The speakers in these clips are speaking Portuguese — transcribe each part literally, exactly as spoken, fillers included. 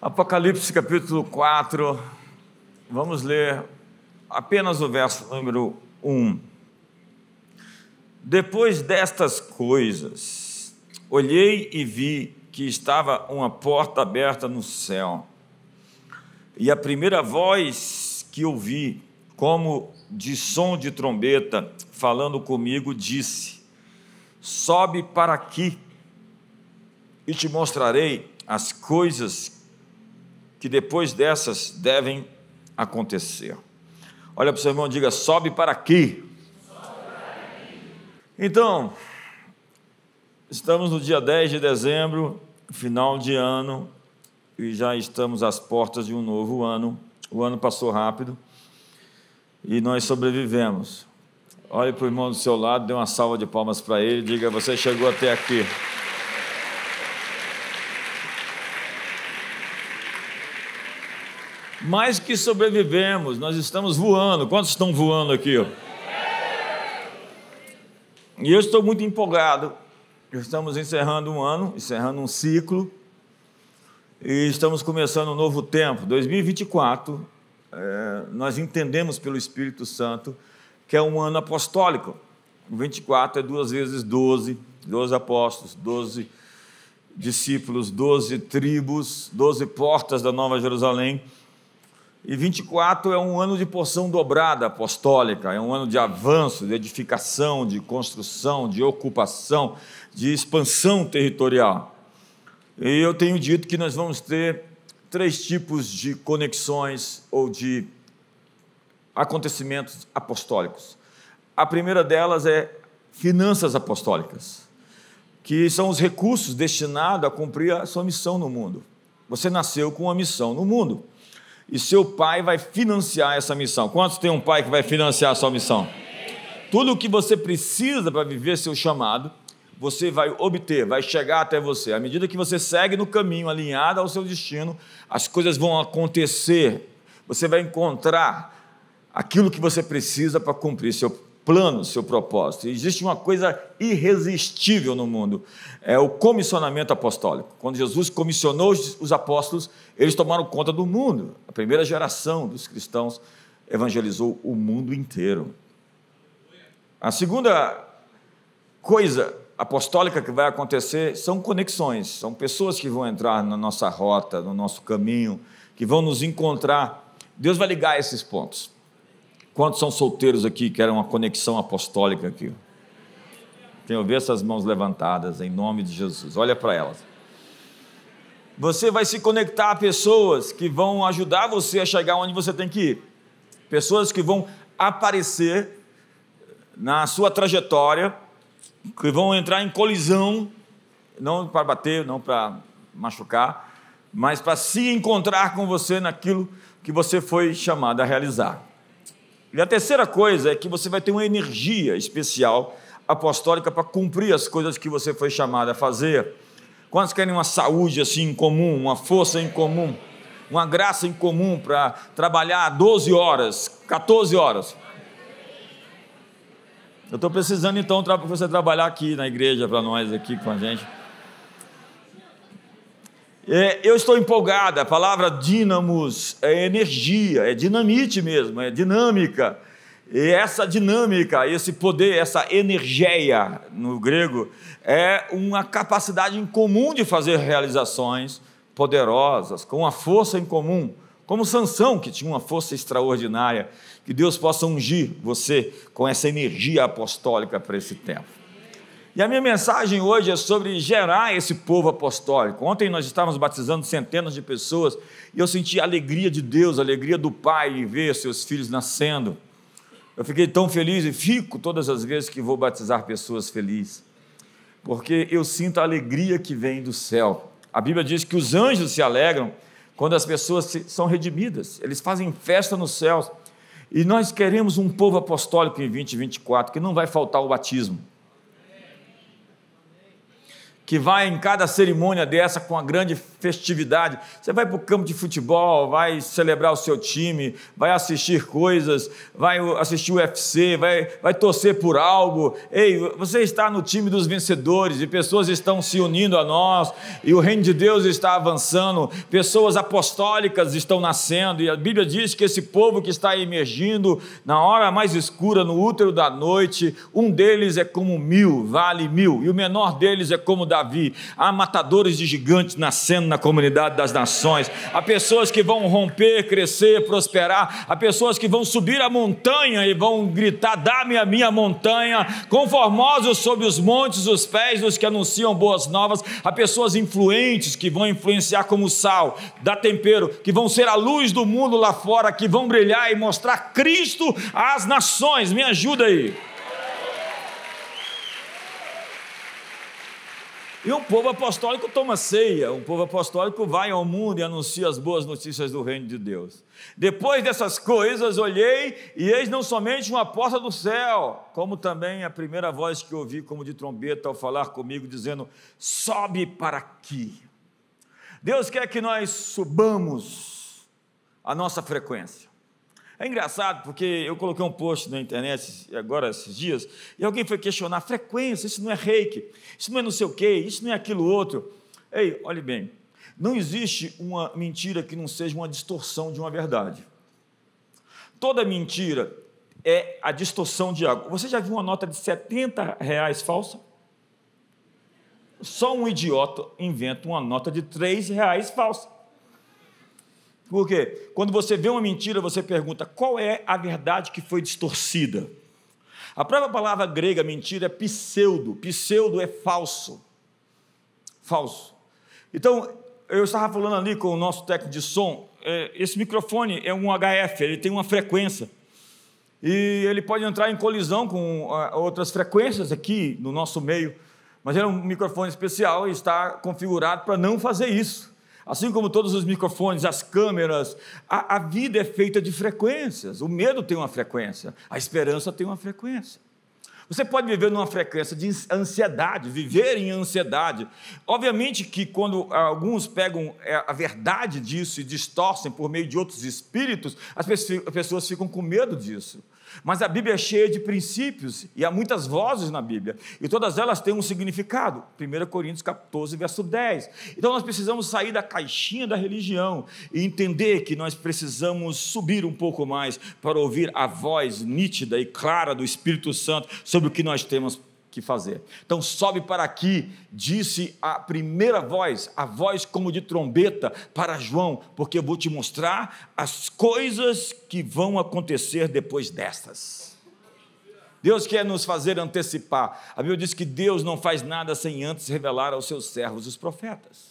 Apocalipse capítulo quatro, vamos ler apenas o verso número um. Depois destas coisas, olhei e vi que estava uma porta aberta no céu, e a primeira voz que ouvi, como de som de trombeta, falando comigo, disse: sobe para aqui, e te mostrarei as coisas que depois dessas devem acontecer. Olha para o seu irmão e diga: sobe para aqui. Sobe para aqui. Então, estamos no dia dez de dezembro, final de ano, e já estamos às portas de um novo ano. O ano passou rápido e nós sobrevivemos. Olhe para o irmão do seu lado, dê uma salva de palmas para ele e diga: você chegou até aqui. Mais que sobrevivemos, nós estamos voando. Quantos estão voando aqui? E eu estou muito empolgado. Estamos encerrando um ano, encerrando um ciclo, e estamos começando um novo tempo. dois mil e vinte e quatro, é, nós entendemos pelo Espírito Santo que é um ano apostólico. O vinte e quatro é duas vezes doze, doze apóstolos, doze discípulos, doze tribos, doze portas da Nova Jerusalém. E vinte e quatro é um ano de porção dobrada apostólica, é um ano de avanço, de edificação, de construção, de ocupação, de expansão territorial. E eu tenho dito que nós vamos ter três tipos de conexões ou de acontecimentos apostólicos. A primeira delas é finanças apostólicas, que são os recursos destinados a cumprir a sua missão no mundo. Você nasceu com uma missão no mundo, e seu pai vai financiar essa missão. Quantos tem um pai que vai financiar a sua missão? Tudo o que você precisa para viver seu chamado, você vai obter, vai chegar até você. À medida que você segue no caminho alinhado ao seu destino, as coisas vão acontecer. Você vai encontrar aquilo que você precisa para cumprir seu plano, seu propósito. E existe uma coisa irresistível no mundo, é o comissionamento apostólico. Quando Jesus comissionou os apóstolos, eles tomaram conta do mundo. A primeira geração dos cristãos evangelizou o mundo inteiro. A segunda coisa apostólica que vai acontecer são conexões, são pessoas que vão entrar na nossa rota, no nosso caminho, que vão nos encontrar. Deus vai ligar esses pontos. Quantos são solteiros aqui que querem uma conexão apostólica aqui? Tenho ver essas mãos levantadas em nome de Jesus. Olha para elas. Você vai se conectar a pessoas que vão ajudar você a chegar onde você tem que ir. Pessoas que vão aparecer na sua trajetória, que vão entrar em colisão, não para bater, não para machucar, mas para se encontrar com você naquilo que você foi chamado a realizar. E a terceira coisa é que você vai ter uma energia especial apostólica para cumprir as coisas que você foi chamado a fazer. Quantos querem uma saúde assim em comum, uma força em comum, uma graça em comum para trabalhar doze horas, quatorze horas? Eu estou precisando então para você trabalhar aqui na igreja para nós, aqui com a gente. É, eu estou empolgado. A palavra dínamos é energia, é dinamite mesmo, é dinâmica. E essa dinâmica, esse poder, essa energeia no grego, é uma capacidade em comum de fazer realizações poderosas, com uma força em comum, como Sansão, que tinha uma força extraordinária. Que Deus possa ungir você com essa energia apostólica para esse tempo. E a minha mensagem hoje é sobre gerar esse povo apostólico. Ontem nós estávamos batizando centenas de pessoas e eu senti a alegria de Deus, a alegria do Pai em ver seus filhos nascendo. Eu fiquei tão feliz e fico todas as vezes que vou batizar pessoas felizes, porque eu sinto a alegria que vem do céu. A Bíblia diz que os anjos se alegram quando as pessoas são redimidas, eles fazem festa nos céus. E nós queremos um povo apostólico em vinte e vinte e quatro, que não vai faltar o batismo, que vai em cada cerimônia dessa com uma grande festividade. Você vai para o campo de futebol, vai celebrar o seu time, vai assistir coisas, vai assistir o U F C, vai, vai torcer por algo. Ei, você está no time dos vencedores e pessoas estão se unindo a nós e o reino de Deus está avançando, pessoas apostólicas estão nascendo e a Bíblia diz que esse povo que está emergindo na hora mais escura, no útero da noite, um deles é como mil, vale mil, e o menor deles é como Davi. Há matadores de gigantes nascendo na comunidade das nações, há pessoas que vão romper, crescer, prosperar, há pessoas que vão subir a montanha e vão gritar: dá-me a minha montanha, conformosos sobre os montes os pés dos que anunciam boas novas. Há pessoas influentes que vão influenciar como sal, dá tempero, que vão ser a luz do mundo lá fora, que vão brilhar e mostrar Cristo às nações. Me ajuda aí. E um povo apostólico toma ceia, um povo apostólico vai ao mundo e anuncia as boas notícias do reino de Deus. Depois dessas coisas, olhei, e eis não somente uma porta do céu, como também a primeira voz que ouvi como de trombeta ao falar comigo, dizendo: sobe para aqui. Deus quer que nós subamos a nossa frequência. É engraçado porque eu coloquei um post na internet agora esses dias e alguém foi questionar: frequência, isso não é reiki, isso não é não sei o quê, isso não é aquilo outro. Ei, olhe bem, não existe uma mentira que não seja uma distorção de uma verdade. Toda mentira é a distorção de algo. Você já viu uma nota de setenta reais falsa? Só um idiota inventa uma nota de três reais falsa. Por quê? Quando você vê uma mentira, você pergunta: qual é a verdade que foi distorcida? A própria palavra grega mentira é pseudo. Pseudo é falso. Falso. Então, eu estava falando ali com o nosso técnico de som, esse microfone é um H F, ele tem uma frequência. E ele pode entrar em colisão com outras frequências aqui no nosso meio, mas ele é um microfone especial e está configurado para não fazer isso. Assim como todos os microfones, as câmeras, a, a vida é feita de frequências. O medo tem uma frequência, a esperança tem uma frequência. Você pode viver numa frequência de ansiedade, viver em ansiedade. Obviamente que quando alguns pegam a verdade disso e distorcem por meio de outros espíritos, as pessoas ficam com medo disso. Mas a Bíblia é cheia de princípios e há muitas vozes na Bíblia e todas elas têm um significado. primeira Coríntios catorze, verso dez. Então nós precisamos sair da caixinha da religião e entender que nós precisamos subir um pouco mais para ouvir a voz nítida e clara do Espírito Santo sobre o que nós temos que fazer. Então sobe para aqui, disse a primeira voz, a voz como de trombeta para João, porque eu vou te mostrar as coisas que vão acontecer depois destas. Deus quer nos fazer antecipar. A Bíblia diz que Deus não faz nada sem antes revelar aos seus servos, os profetas.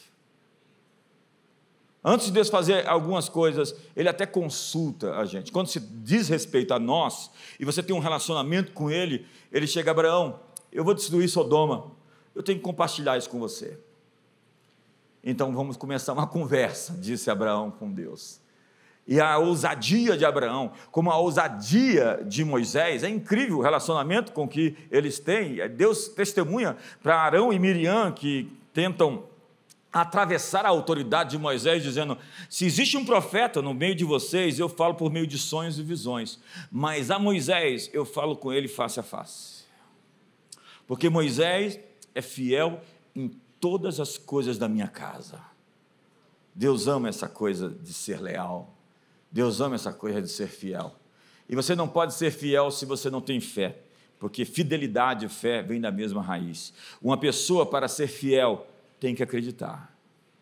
Antes de Deus fazer algumas coisas, Ele até consulta a gente. Quando se diz respeito a nós, e você tem um relacionamento com Ele, Ele chega a Abraão: eu vou destruir Sodoma, eu tenho que compartilhar isso com você. Então vamos começar uma conversa, disse Abraão com Deus. E a ousadia de Abraão, como a ousadia de Moisés, é incrível o relacionamento com que eles têm. Deus testemunha para Arão e Miriam, que tentam atravessar a autoridade de Moisés, dizendo: se existe um profeta no meio de vocês, eu falo por meio de sonhos e visões, mas a Moisés eu falo com ele face a face. Porque Moisés é fiel em todas as coisas da minha casa. Deus ama essa coisa de ser leal. Deus ama essa coisa de ser fiel. E você não pode ser fiel se você não tem fé, porque fidelidade e fé vêm da mesma raiz. Uma pessoa, para ser fiel, tem que acreditar.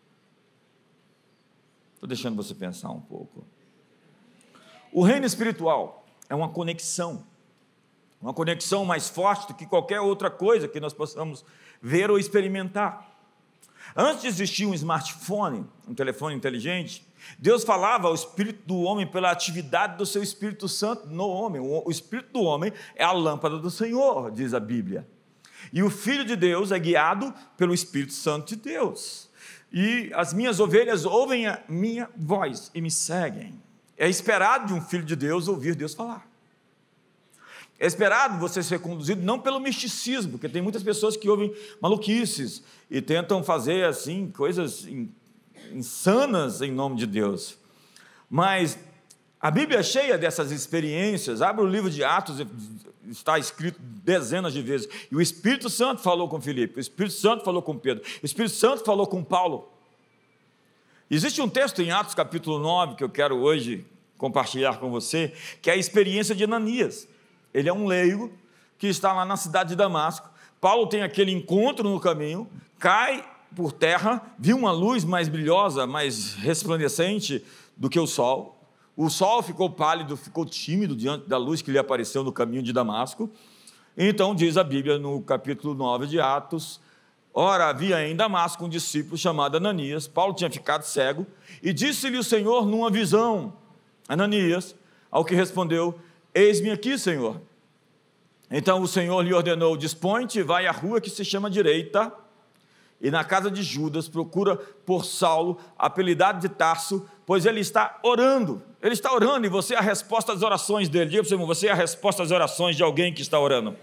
Estou deixando você pensar um pouco. O reino espiritual é uma conexão. Uma conexão mais forte do que qualquer outra coisa que nós possamos ver ou experimentar. Antes de existir um smartphone, um telefone inteligente, Deus falava ao espírito do homem pela atividade do seu Espírito Santo no homem. O espírito do homem é a lâmpada do Senhor, diz a Bíblia. E o Filho de Deus é guiado pelo Espírito Santo de Deus. E as minhas ovelhas ouvem a minha voz e me seguem. É esperado de um filho de Deus ouvir Deus falar. É esperado você ser conduzido não pelo misticismo, porque tem muitas pessoas que ouvem maluquices e tentam fazer assim coisas insanas em nome de Deus. Mas a Bíblia é cheia dessas experiências. Abre o livro de Atos, está escrito dezenas de vezes. E o Espírito Santo falou com Filipe, o Espírito Santo falou com Pedro, o Espírito Santo falou com Paulo. Existe um texto em Atos capítulo nove que eu quero hoje compartilhar com você, que é a experiência de Ananias. Ele é um leigo que está lá na cidade de Damasco. Paulo tem aquele encontro no caminho, cai por terra, viu uma luz mais brilhosa, mais resplandecente do que o sol. O sol ficou pálido, ficou tímido diante da luz que lhe apareceu no caminho de Damasco. Então diz a Bíblia no capítulo nove de Atos: ora, havia em Damasco um discípulo chamado Ananias. Paulo tinha ficado cego, e disse-lhe o Senhor numa visão: Ananias. Ao que respondeu: eis-me aqui, Senhor. Então o Senhor lhe ordenou: dispõe-te, vai à rua que se chama Direita, e na casa de Judas procura por Saulo, apelidado de Tarso, pois ele está orando. Ele está orando, e você é a resposta às orações dele. Diga para o seu irmão: você é a resposta às orações de alguém que está orando.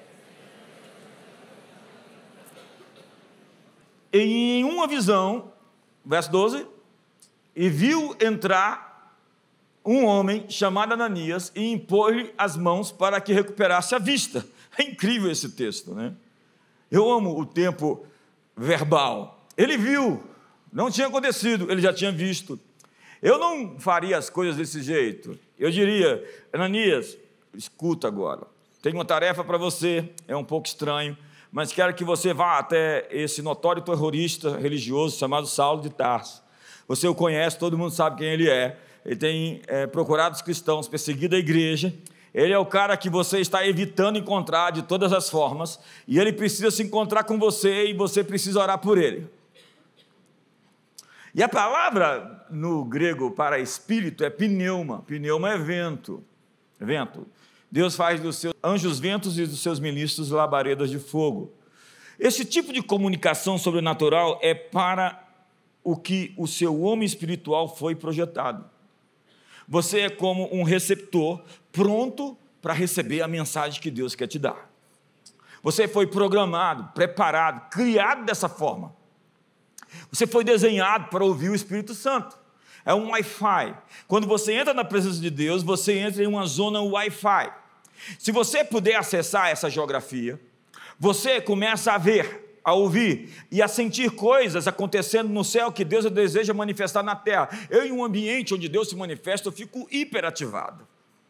E em uma visão, verso doze, e viu entrar um homem chamado Ananias e impor-lhe as mãos para que recuperasse a vista. É incrível esse texto, né? Eu amo o tempo verbal. Ele viu, não tinha acontecido, ele já tinha visto. Eu não faria as coisas desse jeito. Eu diria: Ananias, escuta agora, tenho uma tarefa para você, é um pouco estranho, mas quero que você vá até esse notório terrorista religioso chamado Saulo de Tarso. Você o conhece, todo mundo sabe quem ele é. Ele tem é, procurado os cristãos, perseguido a igreja. Ele é o cara que você está evitando encontrar de todas as formas, e ele precisa se encontrar com você, e você precisa orar por ele. E a palavra no grego para espírito é pneuma. Pneuma é vento. Vento. Deus faz dos seus anjos ventos e dos seus ministros labaredas de fogo. Esse tipo de comunicação sobrenatural é para o que o seu homem espiritual foi projetado. Você é como um receptor pronto para receber a mensagem que Deus quer te dar. Você foi programado, preparado, criado dessa forma. Você foi desenhado para ouvir o Espírito Santo. É um Wi-Fi. Quando você entra na presença de Deus, você entra em uma zona Wi-Fi. Se você puder acessar essa geografia, você começa a ver, a ouvir e a sentir coisas acontecendo no céu que Deus deseja manifestar na terra. Eu, em um ambiente onde Deus se manifesta, eu fico hiperativado.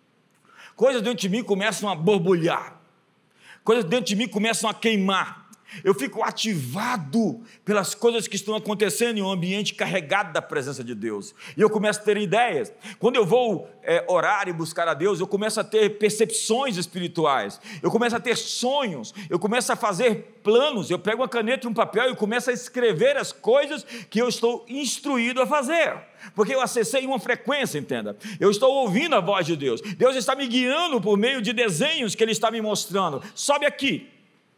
Coisas dentro de mim começam a borbulhar. Coisas dentro de mim começam a queimar. Eu fico ativado pelas coisas que estão acontecendo em um ambiente carregado da presença de Deus. E eu começo a ter ideias. Quando eu vou é, orar e buscar a Deus, eu começo a ter percepções espirituais. Eu começo a ter sonhos. Eu começo a fazer planos. Eu pego uma caneta e um papel e começo a escrever as coisas que eu estou instruído a fazer. Porque eu acessei uma frequência, entenda. Eu estou ouvindo a voz de Deus. Deus está me guiando por meio de desenhos que Ele está me mostrando. Sobe aqui.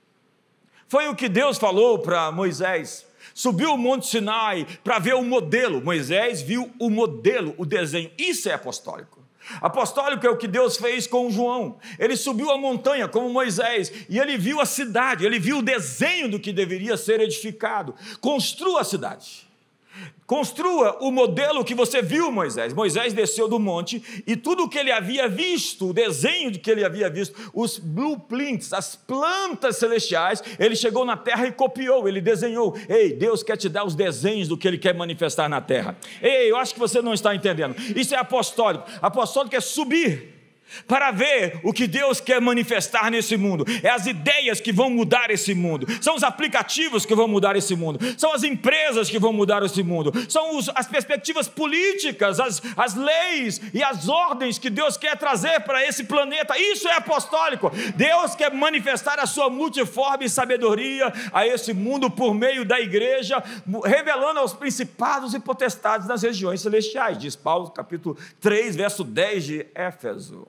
Foi o que Deus falou para Moisés. Subiu o Monte Sinai para ver o modelo. Moisés viu o modelo, o desenho. Isso é apostólico. Apostólico é o que Deus fez com João. Ele subiu a montanha como Moisés e ele viu a cidade, ele viu o desenho do que deveria ser edificado. Construa a cidade. Construa o modelo que você viu, Moisés. Moisés desceu do monte e tudo o que ele havia visto, o desenho de que ele havia visto, os blueprints, as plantas celestiais, ele chegou na terra e copiou, ele desenhou. Ei, Deus quer te dar os desenhos do que Ele quer manifestar na terra. Ei, eu acho que você não está entendendo. Isso é apostólico. Apostólico é subir para ver o que Deus quer manifestar nesse mundo. É as ideias que vão mudar esse mundo, são os aplicativos que vão mudar esse mundo, são as empresas que vão mudar esse mundo, são os, as perspectivas políticas, as, as leis e as ordens que Deus quer trazer para esse planeta. Isso é apostólico. Deus quer manifestar a sua multiforme sabedoria a esse mundo por meio da igreja, revelando aos principados e potestades nas regiões celestiais, diz Paulo, capítulo três, verso dez de Éfeso.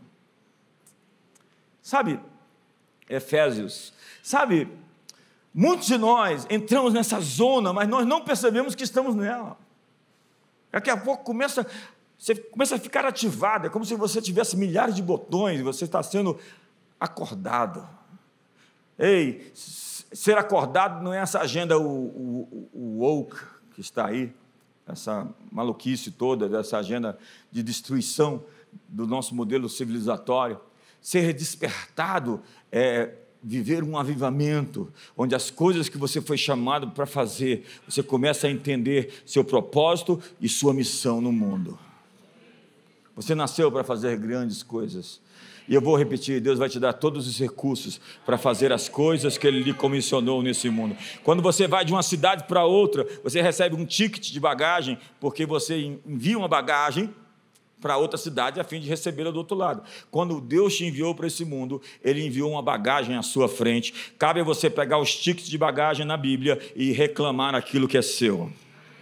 Sabe, Efésios, sabe, muitos de nós entramos nessa zona, mas nós não percebemos que estamos nela. Daqui a pouco começa, você começa a ficar ativado, é como se você tivesse milhares de botões, você está sendo acordado. Ei, ser acordado não é essa agenda o, o, o woke que está aí, essa maluquice toda, dessa agenda de destruição do nosso modelo civilizatório. Ser despertado é viver um avivamento, onde as coisas que você foi chamado para fazer, você começa a entender seu propósito e sua missão no mundo. Você nasceu para fazer grandes coisas. E eu vou repetir, Deus vai te dar todos os recursos para fazer as coisas que Ele lhe comissionou nesse mundo. Quando você vai de uma cidade para outra, você recebe um ticket de bagagem, porque você envia uma bagagem para outra cidade a fim de recebê-la do outro lado. Quando Deus te enviou para esse mundo, Ele enviou uma bagagem à sua frente. Cabe a você pegar os tickets de bagagem na Bíblia e reclamar aquilo que é seu.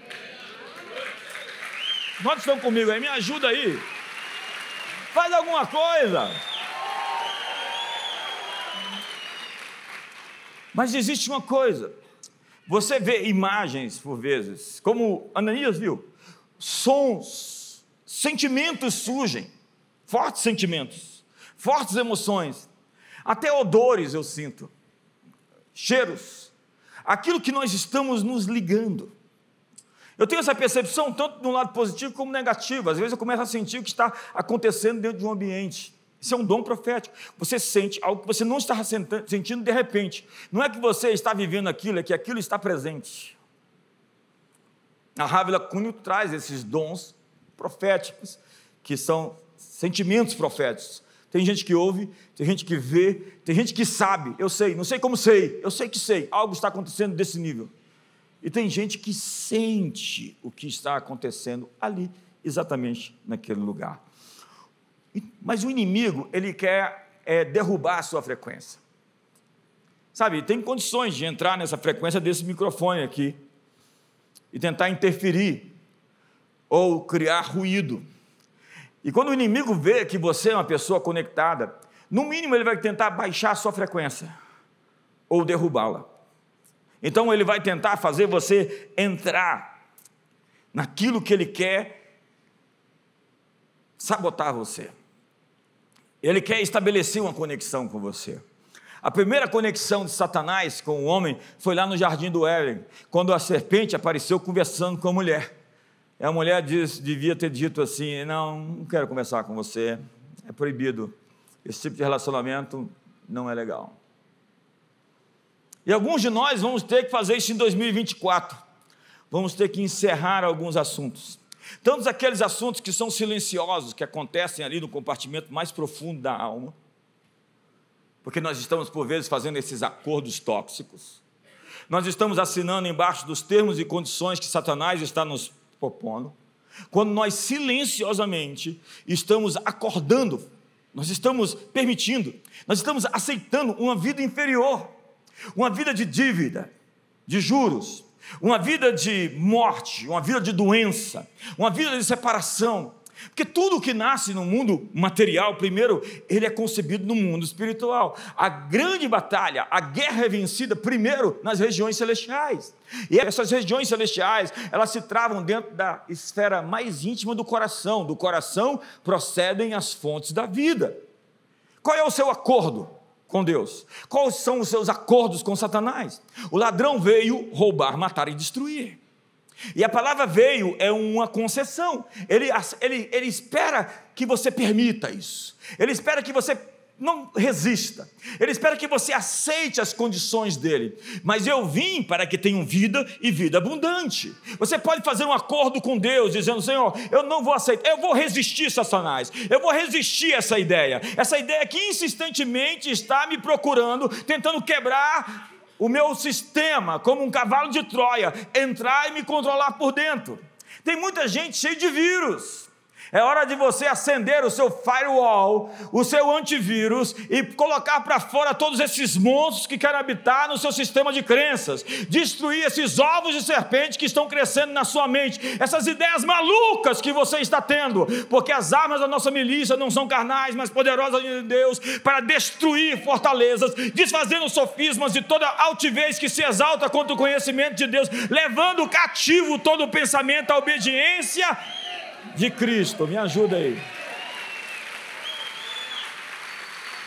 Quantos estão comigo aí? Me ajuda aí. Faz alguma coisa. Mas existe uma coisa. Você vê imagens, por vezes, como Ananias viu, sons, sentimentos surgem, fortes sentimentos, fortes emoções, até odores eu sinto, cheiros, aquilo que nós estamos nos ligando. Eu tenho essa percepção tanto do lado positivo como negativo. Às vezes eu começo a sentir o que está acontecendo dentro de um ambiente. Isso é um dom profético. Você sente algo que você não está sentindo de repente. Não é que você está vivendo aquilo, é que aquilo está presente. A Rávila Cunha traz esses dons proféticos, que são sentimentos proféticos. Tem gente que ouve, tem gente que vê, tem gente que sabe. Eu sei, não sei como sei, eu sei que sei. Algo está acontecendo desse nível. E tem gente que sente o que está acontecendo ali, exatamente naquele lugar. Mas o inimigo, ele quer é, derrubar a sua frequência. Sabe, tem condições de entrar nessa frequência desse microfone aqui e tentar interferir ou criar ruído. E quando o inimigo vê que você é uma pessoa conectada, no mínimo ele vai tentar baixar a sua frequência ou derrubá-la. Então ele vai tentar fazer você entrar naquilo que ele quer sabotar você. Ele quer estabelecer uma conexão com você. A primeira conexão de Satanás com o homem foi lá no jardim do Éden, quando a serpente apareceu conversando com a mulher. E a mulher diz, devia ter dito assim: não, não quero conversar com você, é proibido, esse tipo de relacionamento não é legal. E alguns de nós vamos ter que fazer isso em dois mil e vinte e quatro, vamos ter que encerrar alguns assuntos, tantos aqueles assuntos que são silenciosos, que acontecem ali no compartimento mais profundo da alma, porque nós estamos por vezes fazendo esses acordos tóxicos, nós estamos assinando embaixo dos termos e condições que Satanás está nos propondo, quando nós silenciosamente estamos acordando, nós estamos permitindo, nós estamos aceitando uma vida inferior, uma vida de dívida, de juros, uma vida de morte, uma vida de doença, uma vida de separação, porque tudo que nasce no mundo material, primeiro, ele é concebido no mundo espiritual. A grande batalha, a guerra é vencida primeiro nas regiões celestiais. E essas regiões celestiais, elas se travam dentro da esfera mais íntima do coração. Do coração procedem as fontes da vida. Qual é o seu acordo com Deus? Quais são os seus acordos com Satanás? O ladrão veio roubar, matar e destruir. E a palavra veio é uma concessão. Ele, ele, ele espera que você permita isso. Ele espera que você não resista. Ele espera que você aceite as condições dele. Mas eu vim para que tenham vida e vida abundante. Você pode fazer um acordo com Deus, dizendo: Senhor, eu não vou aceitar, eu vou resistir Satanás, eu vou resistir essa ideia, essa ideia que insistentemente está me procurando, tentando quebrar o meu sistema, como um cavalo de Troia, entrar e me controlar por dentro. Tem muita gente cheia de vírus. É hora de você acender o seu firewall, o seu antivírus, e colocar para fora todos esses monstros que querem habitar no seu sistema de crenças, destruir esses ovos de serpente que estão crescendo na sua mente, essas ideias malucas que você está tendo, porque as armas da nossa milícia não são carnais, mas poderosas de Deus, para destruir fortalezas, desfazendo sofismas e toda altivez que se exalta contra o conhecimento de Deus, levando cativo todo o pensamento à obediência de Cristo. Me ajuda aí.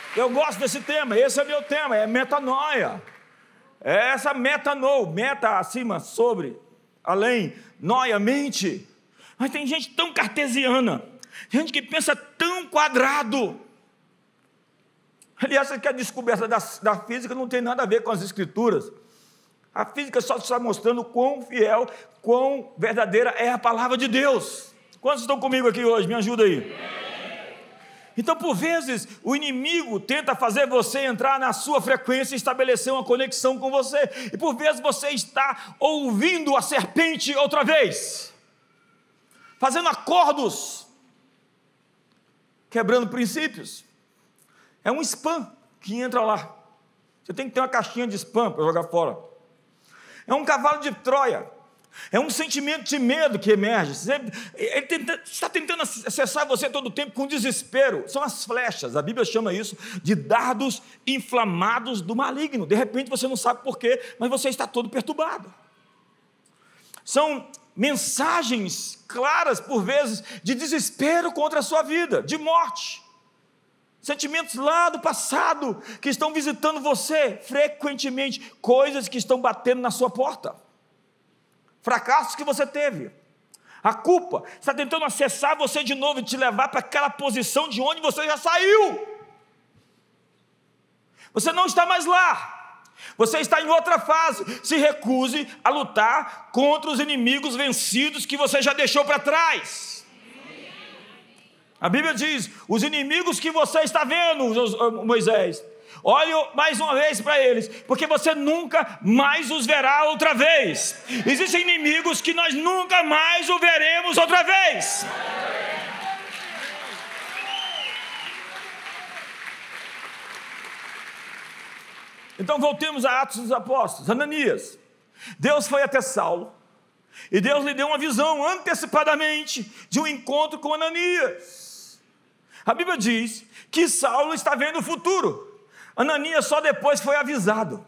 Eu gosto desse tema, esse é meu tema, é metanoia. É essa metano, meta acima, sobre, além, noia, mente. Mas tem gente tão cartesiana, gente que pensa tão quadrado. Aliás, que a descoberta da, da física não tem nada a ver com as escrituras. A física só está mostrando quão fiel, quão verdadeira é a palavra de Deus. Quantos estão comigo aqui hoje? Me ajuda aí. Então, por vezes, o inimigo tenta fazer você entrar na sua frequência e estabelecer uma conexão com você. E por vezes você está ouvindo a serpente outra vez, fazendo acordos, quebrando princípios. É um spam que entra lá. Você tem que ter uma caixinha de spam para jogar fora. É um cavalo de Troia. É um sentimento de medo que emerge. Ele tenta, está tentando acessar você todo o tempo com desespero. São as flechas. A Bíblia chama isso de dardos inflamados do maligno. De repente você não sabe porquê, mas você está todo perturbado. São mensagens claras, por vezes, de desespero contra a sua vida, de morte. Sentimentos lá do passado que estão visitando você frequentemente, coisas que estão batendo na sua porta, fracassos que você teve, a culpa está tentando acessar você de novo e te levar para aquela posição de onde você já saiu. Você não está mais lá, você está em outra fase. Se recuse a lutar contra os inimigos vencidos que você já deixou para trás. A Bíblia diz, os inimigos que você está vendo, Moisés, olhe mais uma vez para eles, porque você nunca mais os verá outra vez. Existem inimigos que nós nunca mais o veremos outra vez. Então voltemos a Atos dos Apóstolos. Ananias, Deus foi até Saulo, e Deus lhe deu uma visão antecipadamente de um encontro com Ananias. A Bíblia diz que Saulo está vendo o futuro. Ananias só depois foi avisado.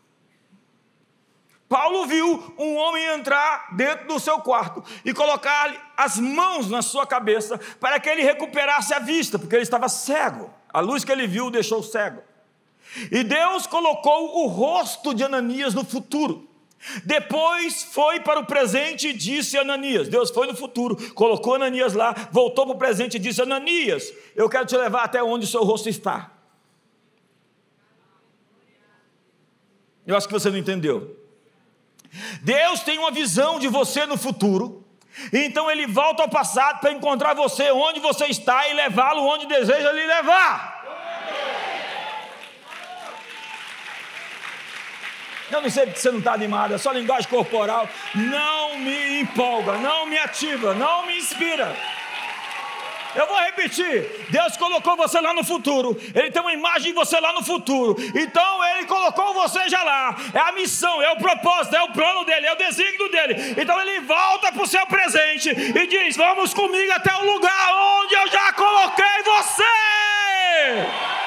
Paulo viu um homem entrar dentro do seu quarto e colocar as mãos na sua cabeça para que ele recuperasse a vista, porque ele estava cego. A luz que ele viu o deixou cego. E Deus colocou o rosto de Ananias no futuro. Depois foi para o presente e disse a Ananias, Deus foi no futuro, colocou Ananias lá, voltou para o presente e disse, Ananias, eu quero te levar até onde o seu rosto está. Eu acho que você não entendeu. Deus tem uma visão de você no futuro, então Ele volta ao passado para encontrar você onde você está e levá-lo onde deseja lhe levar. Eu não sei porque você não está animado, é só linguagem corporal. Não me empolga, não me ativa, não me inspira. Eu vou repetir, Deus colocou você lá no futuro, Ele tem uma imagem de você lá no futuro, então Ele colocou você já lá, é a missão, é o propósito, é o plano dEle, é o desígnio dEle, então Ele volta para o seu presente e diz, vamos comigo até o lugar onde eu já coloquei você.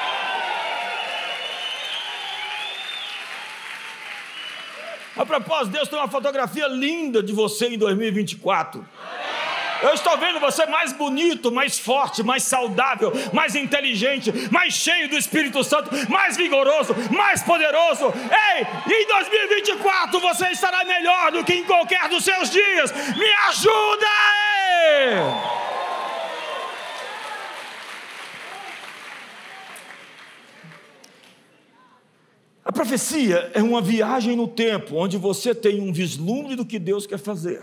A propósito, Deus tem uma fotografia linda de você em dois mil e vinte e quatro. Eu estou vendo você mais bonito, mais forte, mais saudável, mais inteligente, mais cheio do Espírito Santo, mais vigoroso, mais poderoso. Ei, em dois mil e vinte e quatro você estará melhor do que em qualquer dos seus dias. Me ajuda aí! A profecia é uma viagem no tempo, onde você tem um vislumbre do que Deus quer fazer.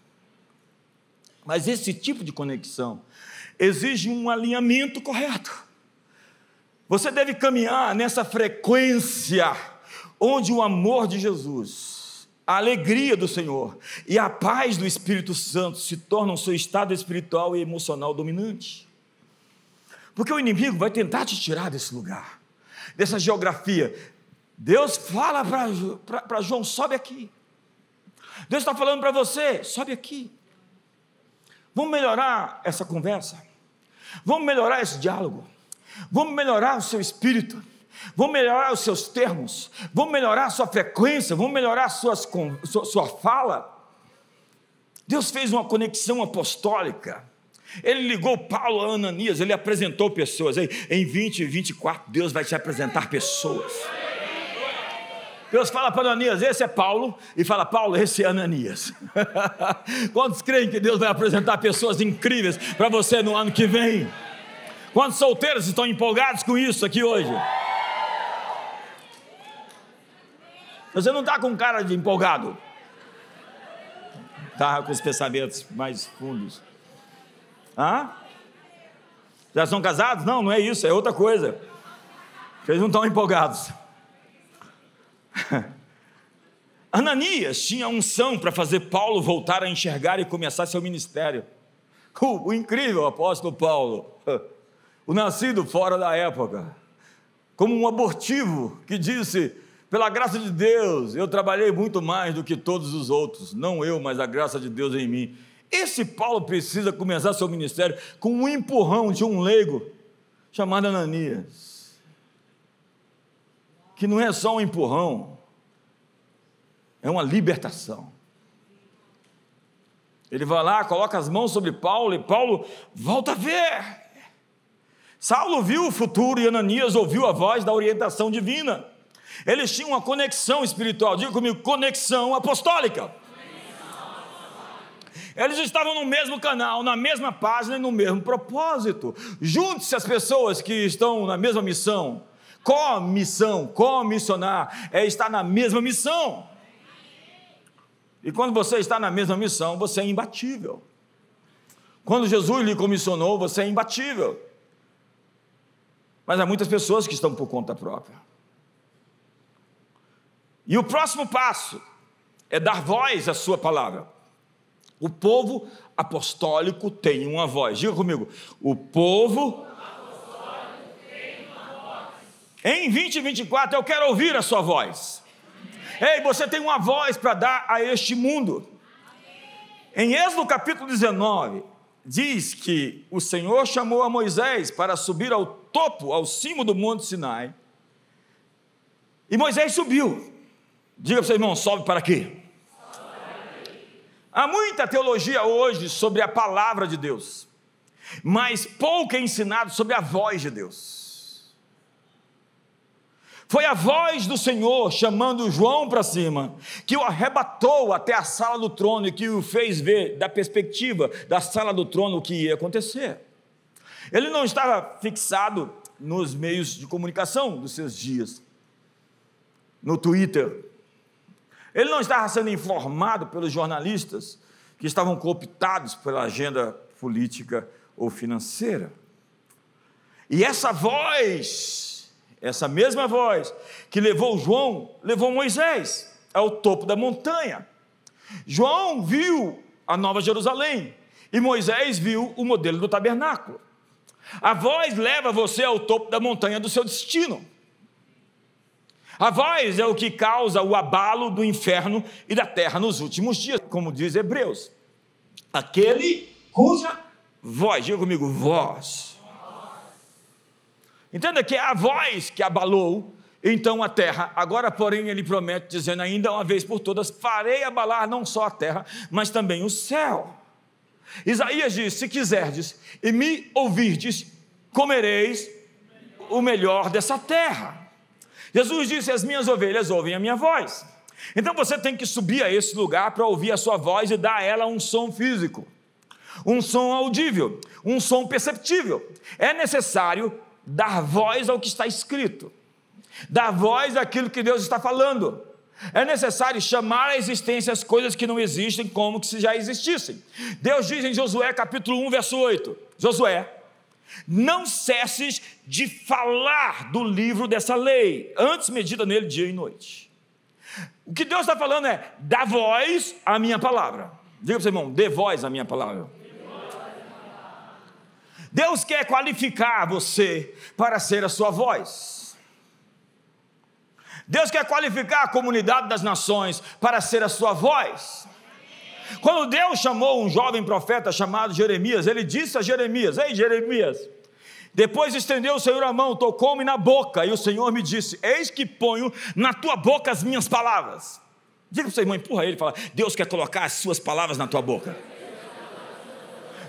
Mas esse tipo de conexão exige um alinhamento correto. Você deve caminhar nessa frequência, onde o amor de Jesus, a alegria do Senhor e a paz do Espírito Santo se tornam seu estado espiritual e emocional dominante. Porque o inimigo vai tentar te tirar desse lugar, dessa geografia. Deus fala para João, sobe aqui. Deus está falando para você, sobe aqui. Vamos melhorar essa conversa. Vamos melhorar esse diálogo. Vamos melhorar o seu espírito. Vamos melhorar os seus termos. Vamos melhorar a sua frequência. Vamos melhorar suas, sua, sua fala. Deus fez uma conexão apostólica. Ele ligou Paulo a Ananias, ele apresentou pessoas. Em vinte e vinte e quatro, Deus vai te apresentar pessoas. Deus fala para Ananias, esse é Paulo, e fala, Paulo, esse é Ananias. Quantos creem que Deus vai apresentar pessoas incríveis para você no ano que vem? Quantos solteiros estão empolgados com isso aqui hoje? Você não está com cara de empolgado. Está com os pensamentos mais fundos. Hã? Já são casados? Não, não é isso, é outra coisa. Vocês não estão empolgados. Ananias tinha unção para fazer Paulo voltar a enxergar e começar seu ministério. O, o incrível apóstolo Paulo, o nascido fora da época, como um abortivo que disse, pela graça de Deus, eu trabalhei muito mais do que todos os outros, não eu, mas a graça de Deus em mim. Esse Paulo precisa começar seu ministério com um empurrão de um leigo chamado Ananias, que não é só um empurrão, é uma libertação. Ele vai lá, coloca as mãos sobre Paulo, e Paulo volta a ver. Saulo viu o futuro e Ananias ouviu a voz da orientação divina. Eles tinham uma conexão espiritual, diga comigo, conexão apostólica. Eles estavam no mesmo canal, na mesma página e no mesmo propósito. Junte-se as pessoas que estão na mesma missão. Comissão, comissionar, é estar na mesma missão. E quando você está na mesma missão, você é imbatível. Quando Jesus lhe comissionou, você é imbatível. Mas há muitas pessoas que estão por conta própria. E o próximo passo é dar voz à sua palavra. O povo apostólico tem uma voz. Diga comigo, o povo apostólico tem uma voz. Em vinte e vinte e quatro eu quero ouvir a sua voz. Ei, você tem uma voz para dar a este mundo. Em Êxodo capítulo dezenove, diz que o Senhor chamou a Moisés para subir ao topo, ao cimo do monte Sinai. E Moisés subiu. Diga para o seu irmão, sobe para quê? Há muita teologia hoje sobre a palavra de Deus, mas pouco é ensinado sobre a voz de Deus. Foi a voz do Senhor chamando João para cima, que o arrebatou até a sala do trono e que o fez ver da perspectiva da sala do trono o que ia acontecer. Ele não estava fixado nos meios de comunicação dos seus dias, no Twitter. Ele não estava sendo informado pelos jornalistas que estavam cooptados pela agenda política ou financeira. E essa voz, essa mesma voz que levou João, levou Moisés ao topo da montanha. João viu a Nova Jerusalém e Moisés viu o modelo do tabernáculo. A voz leva você ao topo da montanha do seu destino. A voz é o que causa o abalo do inferno e da terra nos últimos dias, como diz Hebreus. Aquele cuja voz, diga comigo, voz. Entenda que é a voz que abalou então a terra. Agora, porém, ele promete, dizendo ainda uma vez por todas, farei abalar não só a terra, mas também o céu. Isaías diz, se quiserdes e me ouvirdes, comereis o melhor dessa terra. Jesus disse, as minhas ovelhas ouvem a minha voz. Então você tem que subir a esse lugar para ouvir a sua voz e dar a ela um som físico, um som audível, um som perceptível. É necessário dar voz ao que está escrito, dar voz àquilo que Deus está falando. É necessário chamar à existência as coisas que não existem como que se já existissem. Deus diz em Josué capítulo um, verso oito, Josué, não cesses de falar do livro dessa lei, antes medita nele dia e noite. O que Deus está falando é, dá voz à minha palavra. Diga para o seu irmão, dê voz à minha palavra. Deus quer qualificar você para ser a sua voz. Deus quer qualificar a comunidade das nações para ser a sua voz. Quando Deus chamou um jovem profeta chamado Jeremias, ele disse a Jeremias, ei Jeremias, depois estendeu o Senhor a mão, tocou-me na boca, e o Senhor me disse, eis que ponho na tua boca as minhas palavras. Diga para o seu irmão, empurra ele e fala, Deus quer colocar as suas palavras na tua boca.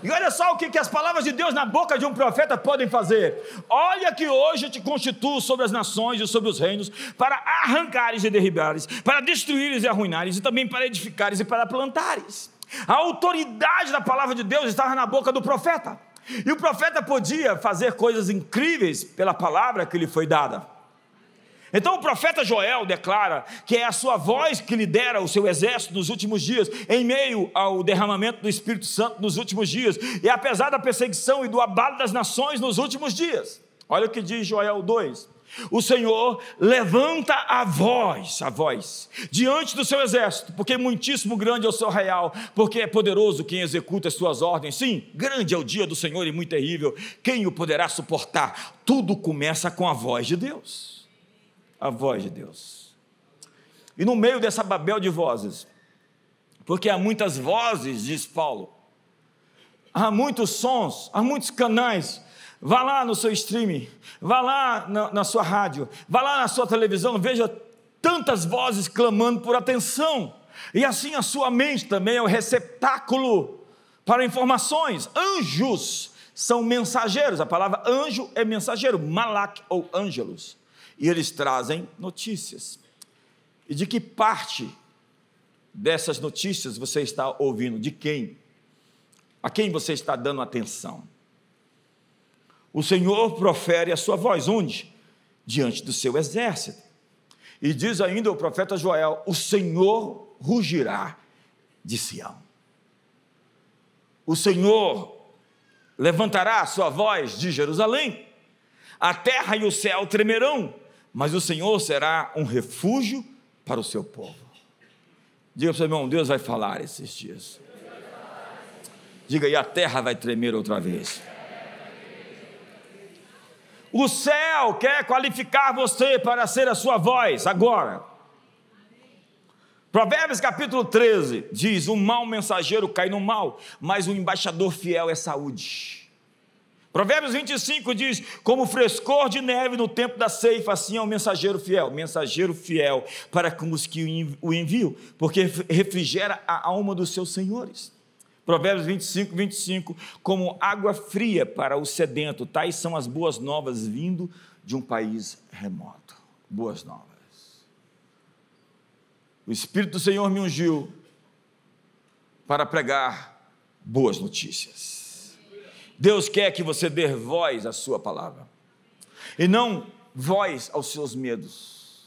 E olha só o que, que as palavras de Deus na boca de um profeta podem fazer. Olha que hoje eu te constituo sobre as nações e sobre os reinos, para arrancares e derribares, para destruires e arruinares, e também para edificares e para plantares. A autoridade da palavra de Deus estava na boca do profeta. E o profeta podia fazer coisas incríveis pela palavra que lhe foi dada. Então o profeta Joel declara que é a sua voz que lidera o seu exército nos últimos dias, em meio ao derramamento do Espírito Santo nos últimos dias, e apesar da perseguição e do abalo das nações nos últimos dias. Olha o que diz Joel dois: o Senhor levanta a voz, a voz, diante do seu exército, porque muitíssimo grande é o seu arraial, porque é poderoso quem executa as suas ordens. Sim, grande é o dia do Senhor e muito terrível, quem o poderá suportar? Tudo começa com a voz de Deus. A voz de Deus. E no meio dessa babel de vozes, porque há muitas vozes, diz Paulo, há muitos sons, há muitos canais. Vá lá no seu streaming, vá lá na, na sua rádio, vá lá na sua televisão, veja tantas vozes clamando por atenção. E assim a sua mente também é o receptáculo para informações. Anjos são mensageiros, a palavra anjo é mensageiro, malak ou ângelos. E eles trazem notícias. E de que parte dessas notícias você está ouvindo? De quem? A quem você está dando atenção? O Senhor profere a sua voz. Onde? Diante do seu exército. E diz ainda o profeta Joel: o Senhor rugirá de Sião. O Senhor levantará a sua voz de Jerusalém. A terra e o céu tremerão, mas o Senhor será um refúgio para o seu povo. Diga para o seu irmão: Deus vai falar esses dias. Diga: e a terra vai tremer outra vez. O céu quer qualificar você para ser a sua voz agora. Provérbios capítulo treze diz: um mau mensageiro cai no mal, mas um embaixador fiel é saúde. Provérbios vinte e cinco diz: como o frescor de neve no tempo da ceifa, assim é o mensageiro fiel, mensageiro fiel para com os que o enviam, porque refrigera a alma dos seus senhores. Provérbios vinte e cinco, vinte e cinco, como água fria para o sedento, tais são as boas novas vindo de um país remoto. Boas novas. O Espírito do Senhor me ungiu para pregar boas notícias. Deus quer que você dê voz à sua palavra, e não voz aos seus medos,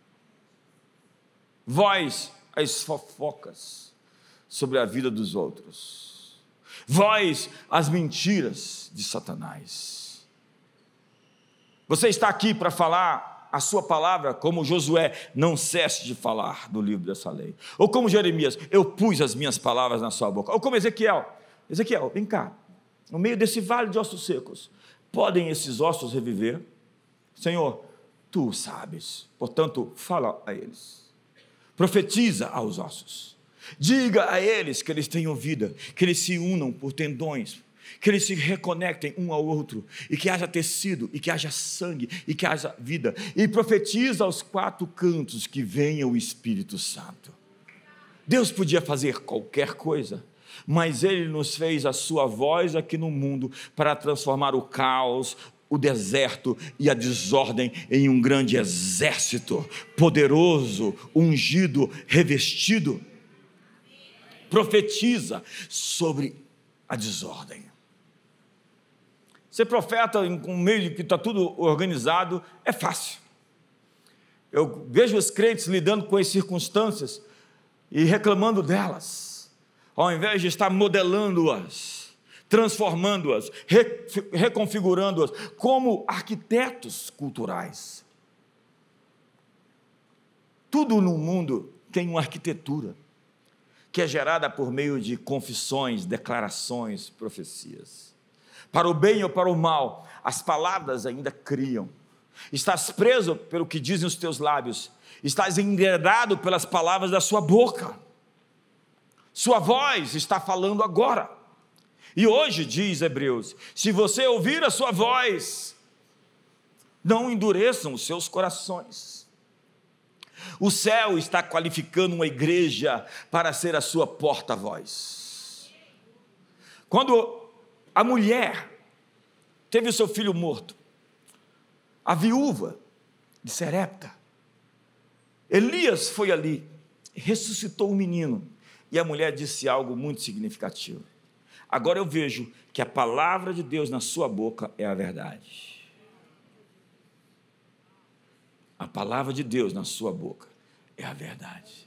voz às fofocas sobre a vida dos outros, voz às mentiras de Satanás. Você está aqui para falar a sua palavra, como Josué: não cesse de falar do livro dessa lei. Ou como Jeremias: eu pus as minhas palavras na sua boca. Ou como Ezequiel: Ezequiel, vem cá, no meio desse vale de ossos secos, podem esses ossos reviver? Senhor, tu sabes, portanto, fala a eles, profetiza aos ossos, diga a eles que eles tenham vida, que eles se unam por tendões, que eles se reconectem um ao outro, e que haja tecido, e que haja sangue, e que haja vida, e profetiza aos quatro cantos que venha o Espírito Santo. Deus podia fazer qualquer coisa, mas Ele nos fez a sua voz aqui no mundo para transformar o caos, o deserto e a desordem em um grande exército, poderoso, ungido, revestido. Profetiza sobre a desordem. Ser profeta em um meio que está tudo organizado é fácil. Eu vejo os crentes lidando com as circunstâncias e reclamando delas, ao invés de estar modelando-as, transformando-as, re, reconfigurando-as, como arquitetos culturais. Tudo no mundo tem uma arquitetura, que é gerada por meio de confissões, declarações, profecias. Para o bem ou para o mal, as palavras ainda criam. Estás preso pelo que dizem os teus lábios, estás enredado pelas palavras da sua boca. Sua voz está falando agora. E hoje, diz Hebreus, se você ouvir a sua voz, não endureçam os seus corações. O céu está qualificando uma igreja para ser a sua porta-voz. Quando A mulher teve o seu filho morto. A viúva de Serepta. Elias foi ali, ressuscitou o menino. E a mulher disse algo muito significativo. Agora eu vejo que a palavra de Deus na sua boca é a verdade. A palavra de Deus na sua boca é a verdade.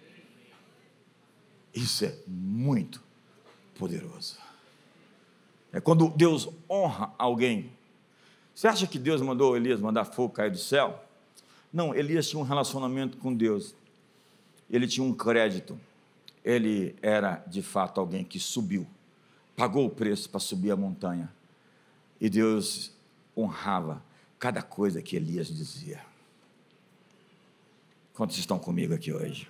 Isso é muito poderoso. É quando Deus honra alguém. Você acha que Deus mandou Elias mandar fogo cair do céu? Não, Elias tinha um relacionamento com Deus. Ele tinha um crédito. Ele era, de fato, alguém que subiu. Pagou o preço para subir a montanha. E Deus honrava cada coisa que Elias dizia. Quantos estão comigo aqui hoje?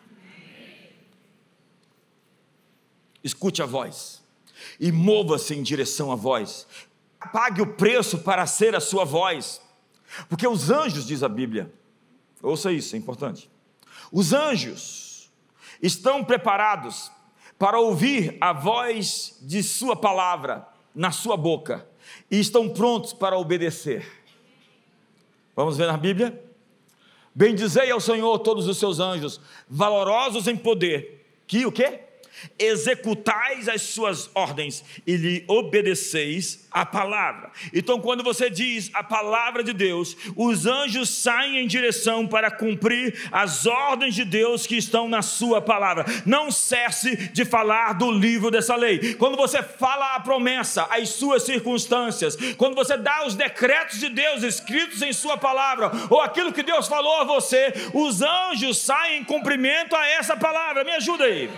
Escute a voz e mova-se em direção à voz. Pague o preço para ser a sua voz, porque os anjos, diz a Bíblia, ouça isso, é importante, os anjos estão preparados para ouvir a voz de sua palavra na sua boca, e estão prontos para obedecer. Vamos ver na Bíblia? Bendizei ao Senhor todos os seus anjos, valorosos em poder, que o quê? Executais as suas ordens e lhe obedeceis a palavra. Então, quando você diz a palavra de Deus, os anjos saem em direção para cumprir as ordens de Deus que estão na sua palavra. Não cesse de falar do livro dessa lei. Quando você fala a promessa, as suas circunstâncias, quando você dá os decretos de Deus escritos em sua palavra, ou aquilo que Deus falou a você, os anjos saem em cumprimento a essa palavra. Me ajuda aí.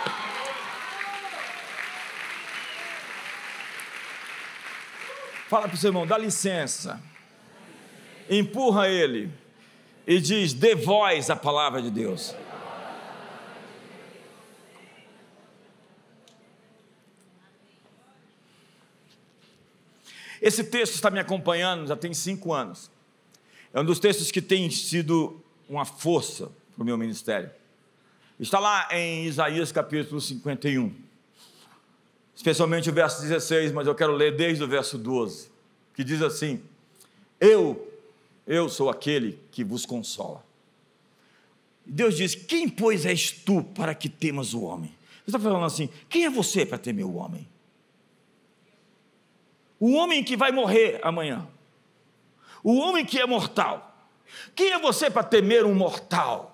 Fala para o seu irmão, dá licença, empurra ele e diz, dê voz à palavra de Deus. Esse texto está me acompanhando já tem cinco anos, é um dos textos que tem sido uma força para o meu ministério. Está lá em Isaías capítulo cinquenta e um. Especialmente o verso dezesseis, mas eu quero ler desde o verso doze, que diz assim, eu, eu sou aquele que vos consola. Deus diz, quem pois és tu para que temas o homem? Ele está falando assim, quem é você para temer o homem? O homem que vai morrer amanhã, o homem que é mortal, quem é você para temer um mortal?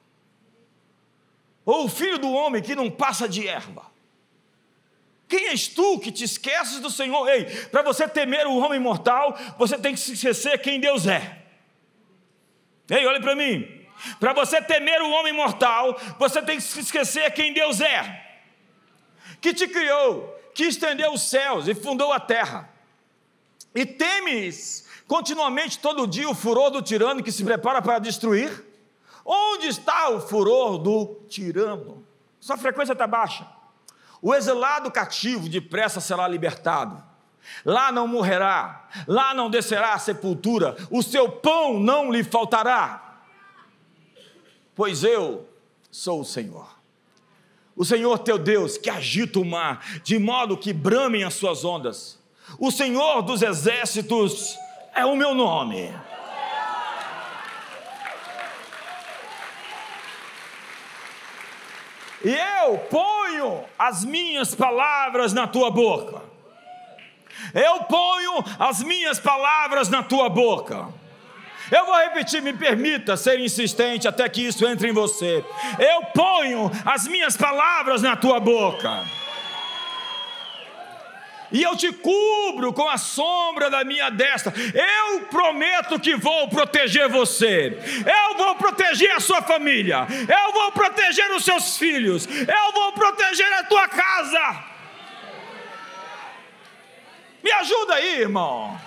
Ou o filho do homem que não passa de erva? Quem és tu que te esqueces do Senhor? Ei, para você temer o homem mortal, você tem que se esquecer quem Deus é. Ei, olha para mim. Para você temer o homem mortal, você tem que se esquecer quem Deus é. Que te criou, que estendeu os céus e fundou a terra. E temes continuamente todo dia o furor do tirano que se prepara para destruir? Onde está o furor do tirano? Sua frequência está baixa. O exilado cativo depressa será libertado. Lá não morrerá, lá não descerá a sepultura, o seu pão não lhe faltará. Pois eu sou o Senhor, o Senhor teu Deus, que agita o mar, de modo que bramem as suas ondas. O Senhor dos exércitos é o meu nome. E eu ponho as minhas palavras na tua boca. Eu ponho as minhas palavras na tua boca. Eu vou repetir, me permita ser insistente até que isso entre em você. Eu ponho as minhas palavras na tua boca. E eu te cubro com a sombra da minha destra. Eu prometo que vou proteger você. Eu vou proteger a sua família. Eu vou proteger os seus filhos. Eu vou proteger a tua casa. Me ajuda aí, irmão.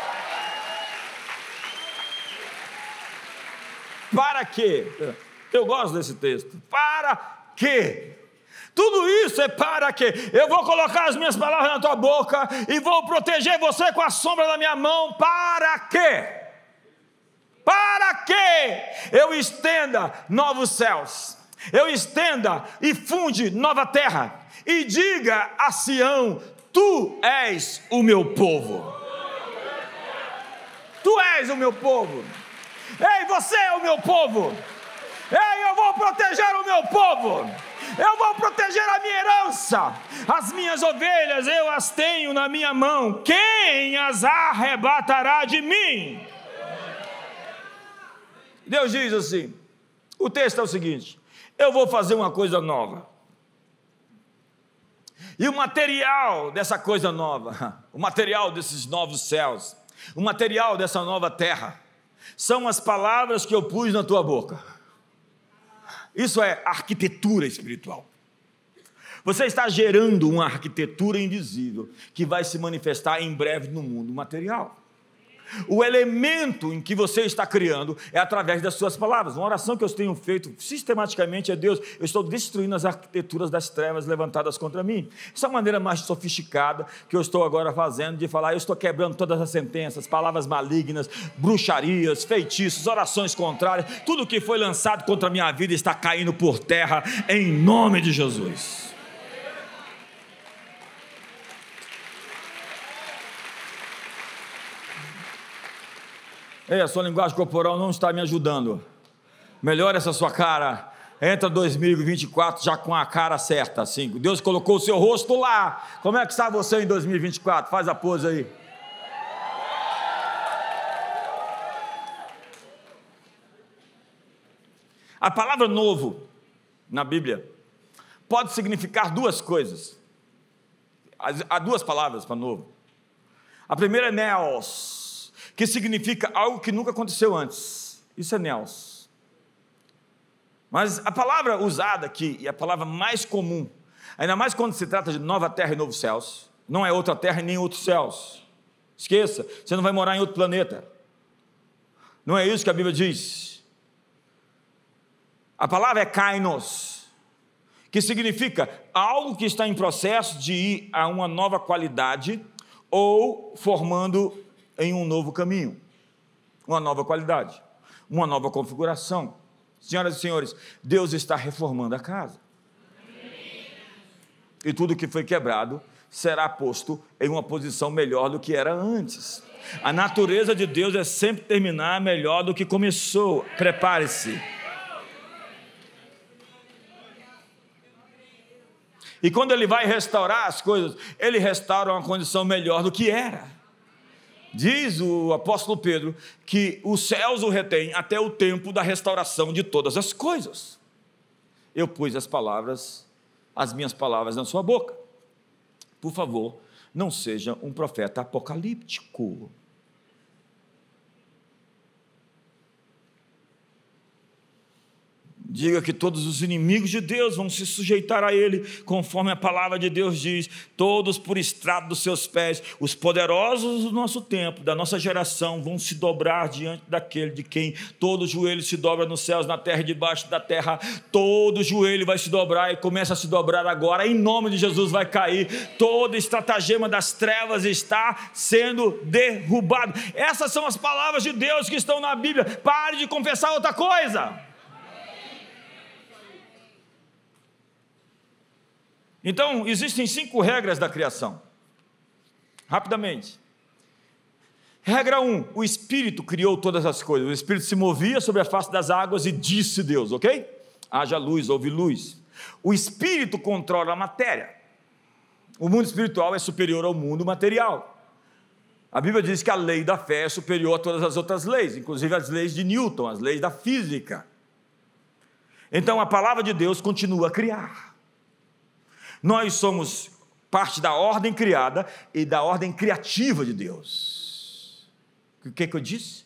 Para quê? Eu gosto desse texto. Para quê? Tudo isso é para quê? Eu vou colocar as minhas palavras na tua boca e vou proteger você com a sombra da minha mão. Para quê? Para que eu estenda novos céus, eu estenda e funde nova terra, e diga a Sião, tu és o meu povo. Tu és o meu povo. Ei, você é o meu povo. Ei, eu vou proteger o meu povo. Eu vou proteger a minha herança. As minhas ovelhas eu as tenho na minha mão. Quem as arrebatará de mim? Deus diz assim, o texto é o seguinte: eu vou fazer uma coisa nova. E o material dessa coisa nova, o material desses novos céus, o material dessa nova terra, são as palavras que eu pus na tua boca. Isso é arquitetura espiritual. Você está gerando uma arquitetura invisível que vai se manifestar em breve no mundo material. O elemento em que você está criando é através das suas palavras. Uma oração que eu tenho feito sistematicamente é: Deus, eu estou destruindo as arquiteturas das trevas levantadas contra mim. Essa é a maneira mais sofisticada que eu estou agora fazendo de falar: eu estou quebrando todas as sentenças, palavras malignas, bruxarias, feitiços, orações contrárias, tudo que foi lançado contra a minha vida está caindo por terra em nome de Jesus. Ei, a sua linguagem corporal não está me ajudando. Melhore essa sua cara. Entra dois mil e vinte e quatro já com a cara certa, assim. Deus colocou o seu rosto lá. Como é que está você em dois mil e vinte e quatro? Faz a pose aí. A palavra novo na Bíblia pode significar duas coisas. Há duas palavras para novo. A primeira é neos, que significa algo que nunca aconteceu antes. Isso é neos. Mas a palavra usada aqui, e a palavra mais comum, ainda mais quando se trata de nova terra e novos céus, não é outra terra e nem outros céus. Esqueça, você não vai morar em outro planeta. Não é isso que a Bíblia diz. A palavra é kainos, que significa algo que está em processo de ir a uma nova qualidade ou formando em um novo caminho, uma nova qualidade, uma nova configuração. Senhoras e senhores, Deus está reformando a casa. E tudo que foi quebrado será posto em uma posição melhor do que era antes. A natureza de Deus é sempre terminar melhor do que começou. Prepare-se. E quando Ele vai restaurar as coisas, Ele restaura uma condição melhor do que era. Diz o apóstolo Pedro que os céus o retêm até o tempo da restauração de todas as coisas. Eu pus as palavras, as minhas palavras na sua boca. Por favor, não seja um profeta apocalíptico. Diga que todos os inimigos de Deus vão se sujeitar a Ele, conforme a palavra de Deus diz, todos por estrado dos seus pés. Os poderosos do nosso tempo, da nossa geração, vão se dobrar diante daquele de quem todo joelho se dobra nos céus, na terra e debaixo da terra. Todo joelho vai se dobrar e começa a se dobrar agora. Em nome de Jesus vai cair. Toda estratagema das trevas está sendo derrubado. Essas são as palavras de Deus que estão na Bíblia. Pare de confessar outra coisa. Então, existem cinco regras da criação. Rapidamente. Regra um, o Espírito criou todas as coisas. O Espírito se movia sobre a face das águas e disse Deus, ok? Haja luz, houve luz. O Espírito controla a matéria. O mundo espiritual é superior ao mundo material. A Bíblia diz que a lei da fé é superior a todas as outras leis, inclusive as leis de Newton, as leis da física. Então, a palavra de Deus continua a criar. Nós somos parte da ordem criada e da ordem criativa de Deus. O que, que eu disse?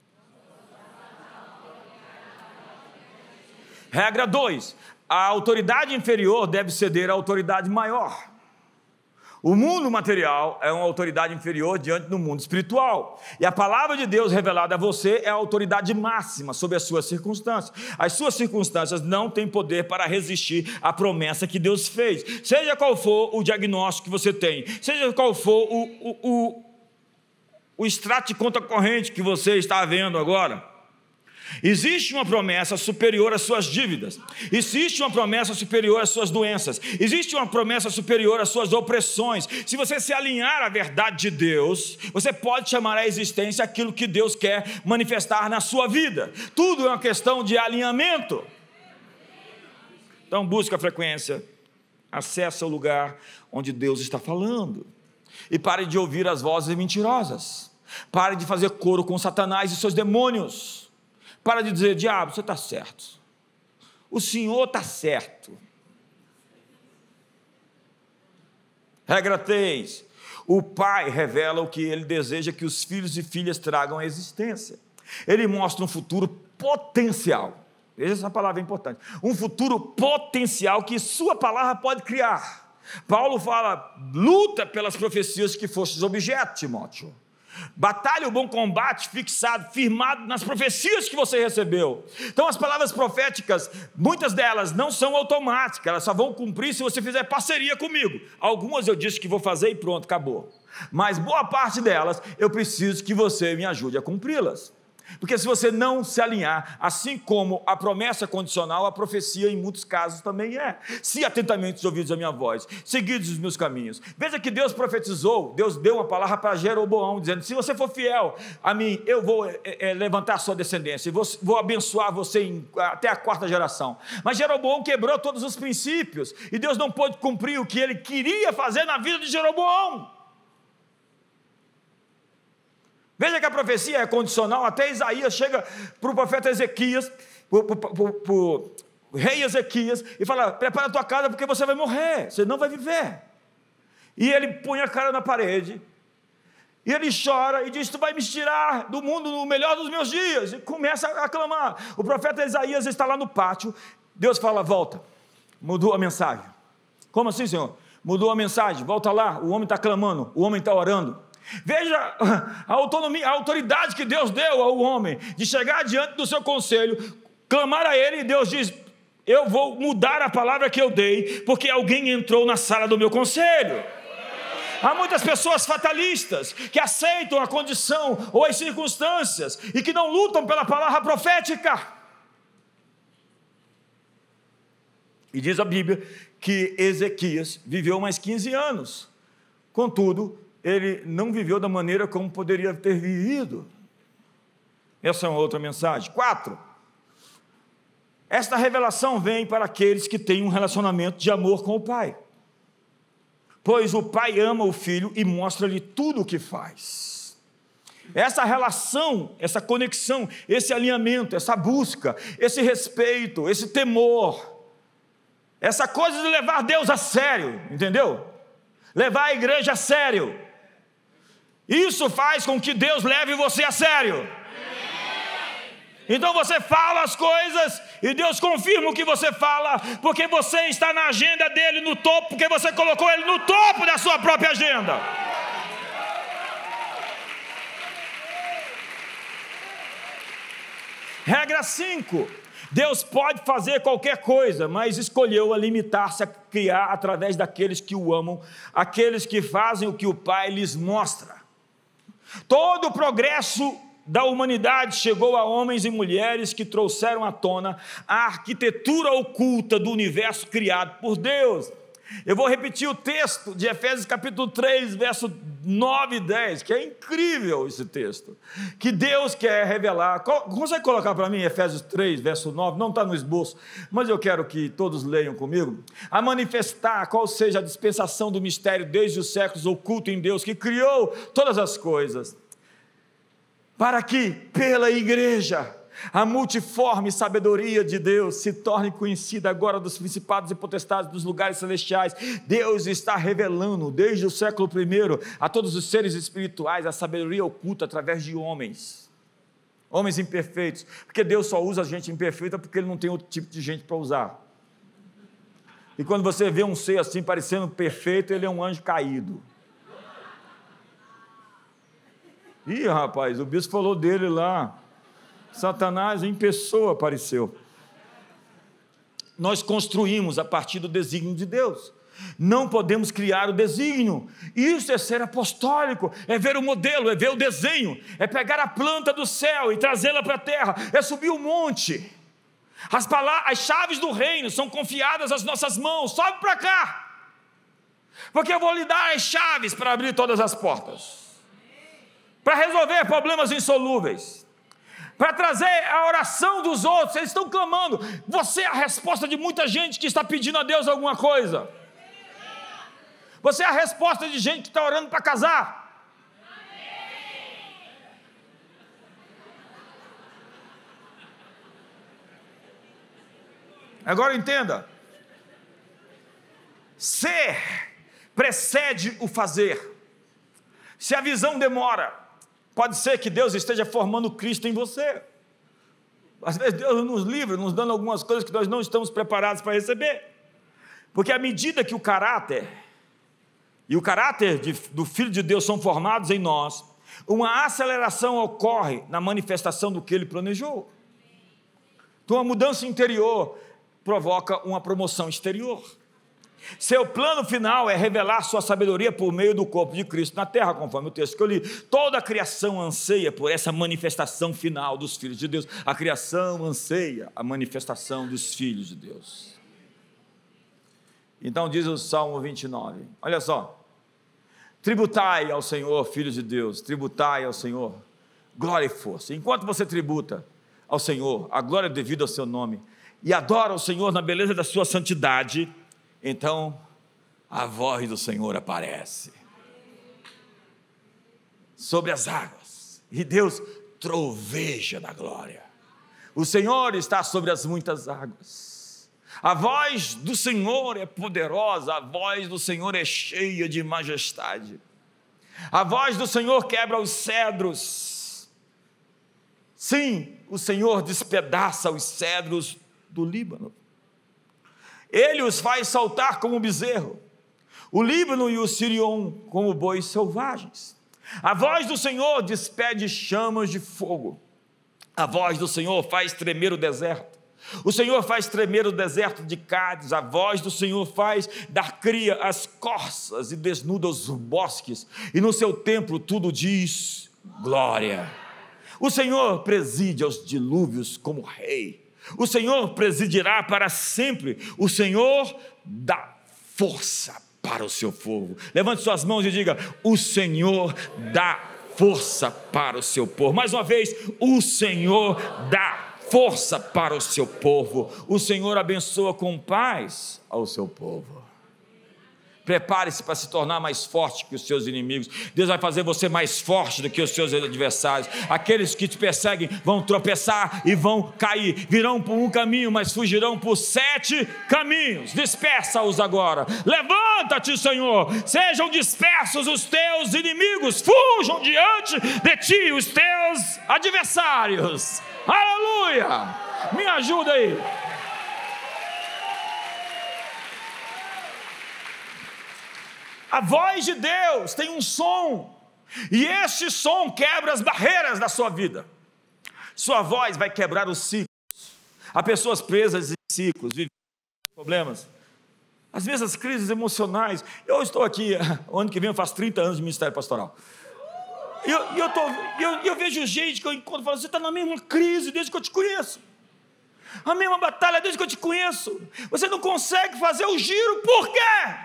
Regra dois, a autoridade inferior deve ceder à autoridade maior. O mundo material é uma autoridade inferior diante do mundo espiritual. E a palavra de Deus revelada a você é a autoridade máxima sobre as suas circunstâncias. As suas circunstâncias não têm poder para resistir à promessa que Deus fez. Seja qual for o diagnóstico que você tem, seja qual for o, o, o, o extrato de conta corrente que você está vendo agora, Existe uma promessa superior às suas dívidas. Existe uma promessa superior às suas doenças. Existe uma promessa superior às suas opressões. Se você se alinhar à verdade de Deus, você pode chamar à existência aquilo que Deus quer manifestar na sua vida. Tudo é uma questão de alinhamento. Então busca a frequência, acessa o lugar onde Deus está falando. E pare de ouvir as vozes mentirosas. Pare de fazer coro com Satanás e seus demônios. Para de dizer, diabo, você está certo. O Senhor está certo. Regra três. O Pai revela o que Ele deseja que os filhos e filhas tragam à existência. Ele mostra um futuro potencial. Veja, essa palavra é importante. Um futuro potencial que sua palavra pode criar. Paulo fala, luta pelas profecias que fostes objeto, Timóteo. Batalha o bom combate fixado, firmado nas profecias que você recebeu. Então as palavras proféticas, muitas delas não são automáticas, elas só vão cumprir se você fizer parceria comigo. Algumas eu disse que vou fazer e pronto, acabou. Mas boa parte delas eu preciso que você me ajude a cumpri-las. Porque se você não se alinhar, assim como a promessa condicional, a profecia em muitos casos também é. Se atentamente os ouvidos a minha voz, seguidos os meus caminhos. Veja que Deus profetizou, Deus deu uma palavra para Jeroboão, dizendo, se você for fiel a mim, eu vou é, é, levantar a sua descendência, vou, vou abençoar você em, até a quarta geração. Mas Jeroboão quebrou todos os princípios, e Deus não pôde cumprir o que ele queria fazer na vida de Jeroboão. Veja que a profecia é condicional, até Isaías chega para o profeta Ezequias, para o rei Ezequias, e fala, prepara a tua casa porque você vai morrer, você não vai viver. E ele põe a cara na parede, e ele chora e diz, tu vai me tirar do mundo no melhor dos meus dias, e começa a clamar. O profeta Isaías está lá no pátio, Deus fala, volta, mudou a mensagem. Como assim, Senhor? Mudou a mensagem, volta lá, o homem está clamando, o homem está orando. Veja a autonomia, a autoridade que Deus deu ao homem, de chegar diante do seu conselho, clamar a ele, e Deus diz, eu vou mudar a palavra que eu dei, porque alguém entrou na sala do meu conselho. Há muitas pessoas fatalistas, que aceitam a condição ou as circunstâncias, e que não lutam pela palavra profética. E diz a Bíblia, que Ezequias viveu mais quinze anos, contudo, ele não viveu da maneira como poderia ter vivido. Essa é uma outra mensagem. Quatro, esta revelação vem para aqueles que têm um relacionamento de amor com o Pai, pois o Pai ama o Filho e mostra-lhe tudo o que faz. Essa relação, essa conexão, esse alinhamento, essa busca, esse respeito, esse temor, essa coisa de levar Deus a sério, entendeu? Levar a igreja a sério. Isso faz com que Deus leve você a sério. Então você fala as coisas e Deus confirma o que você fala, porque você está na agenda dele no topo, porque você colocou ele no topo da sua própria agenda. Regra cinco. Deus pode fazer qualquer coisa, mas escolheu a limitar-se a criar através daqueles que o amam, aqueles que fazem o que o Pai lhes mostra. Todo o progresso da humanidade chegou a homens e mulheres que trouxeram à tona a arquitetura oculta do universo criado por Deus. Eu vou repetir o texto de Efésios capítulo três, verso nove e dez, que é incrível esse texto, que Deus quer revelar. Consegue colocar para mim Efésios três, verso nove? Não está no esboço, mas eu quero que todos leiam comigo. A manifestar qual seja a dispensação do mistério desde os séculos oculto em Deus, que criou todas as coisas, para que pela igreja a multiforme sabedoria de Deus se torne conhecida agora dos principados e potestades dos lugares celestiais. Deus está revelando desde o século primeiro a todos os seres espirituais a sabedoria oculta através de homens, homens imperfeitos, porque Deus só usa gente imperfeita porque Ele não tem outro tipo de gente para usar. E quando você vê um ser assim parecendo perfeito, ele é um anjo caído. Ih, rapaz, o bispo falou dele lá. Satanás em pessoa apareceu. Nós construímos a partir do desígnio de Deus. Não podemos criar o desígnio. Isso é ser apostólico, é ver o modelo, é ver o desenho, é pegar a planta do céu e trazê-la para a terra, é subir o monte. As, palavras, as chaves do reino são confiadas às nossas mãos. Sobe para cá, porque eu vou lhe dar as chaves para abrir todas as portas, para resolver problemas insolúveis, para trazer a oração dos outros. Eles estão clamando. Você é a resposta de muita gente que está pedindo a Deus alguma coisa. Você é a resposta de gente que está orando para casar. Agora entenda. Ser precede o fazer. Se a visão demora, pode ser que Deus esteja formando Cristo em você. Às vezes Deus nos livra, nos dando algumas coisas que nós não estamos preparados para receber. Porque à medida que o caráter e o caráter de, do Filho de Deus são formados em nós, uma aceleração ocorre na manifestação do que Ele planejou. Então a mudança interior provoca uma promoção exterior. Seu plano final é revelar sua sabedoria por meio do corpo de Cristo na terra, conforme o texto que eu li. Toda a criação anseia por essa manifestação final dos filhos de Deus. A criação anseia a manifestação dos filhos de Deus. Então diz o Salmo vinte e nove, olha só: tributai ao Senhor, filhos de Deus, tributai ao Senhor glória e força. Enquanto você tributa ao Senhor a glória devida ao seu nome, e adora o Senhor na beleza da sua santidade, então a voz do Senhor aparece sobre as águas, e Deus troveja na glória. O Senhor está sobre as muitas águas. A voz do Senhor é poderosa, a voz do Senhor é cheia de majestade. A voz do Senhor quebra os cedros. Sim, o Senhor despedaça os cedros do Líbano. Ele os faz saltar como bezerro, o Líbano e o Sirion como bois selvagens. A voz do Senhor despede chamas de fogo. A voz do Senhor faz tremer o deserto. O Senhor faz tremer o deserto de Cádiz. A voz do Senhor faz dar cria às corças e desnuda os bosques. E no seu templo tudo diz glória. O Senhor preside aos dilúvios como rei. O Senhor presidirá para sempre. O Senhor dá força para o seu povo. Levante suas mãos e diga: o Senhor dá força para o seu povo. Mais uma vez, o Senhor dá força para o seu povo. O Senhor abençoa com paz ao seu povo. Prepare-se para se tornar mais forte que os seus inimigos. Deus vai fazer você mais forte do que os seus adversários. Aqueles que te perseguem vão tropeçar e vão cair. Virão por um caminho, mas fugirão por sete caminhos. Dispersa-os agora. Levanta-te, Senhor. Sejam dispersos os teus inimigos. Fujam diante de ti os teus adversários. Aleluia! Me ajuda aí. A voz de Deus tem um som, e esse som quebra as barreiras da sua vida. Sua voz vai quebrar os ciclos. Há pessoas presas em ciclos, vivendo problemas, as mesmas crises emocionais. Eu estou aqui, o ano que vem eu faço trinta anos de ministério pastoral. E eu, eu, tô, eu, eu vejo gente que eu encontro e falo: você está na mesma crise desde que eu te conheço, a mesma batalha desde que eu te conheço. Você não consegue fazer o giro, por quê?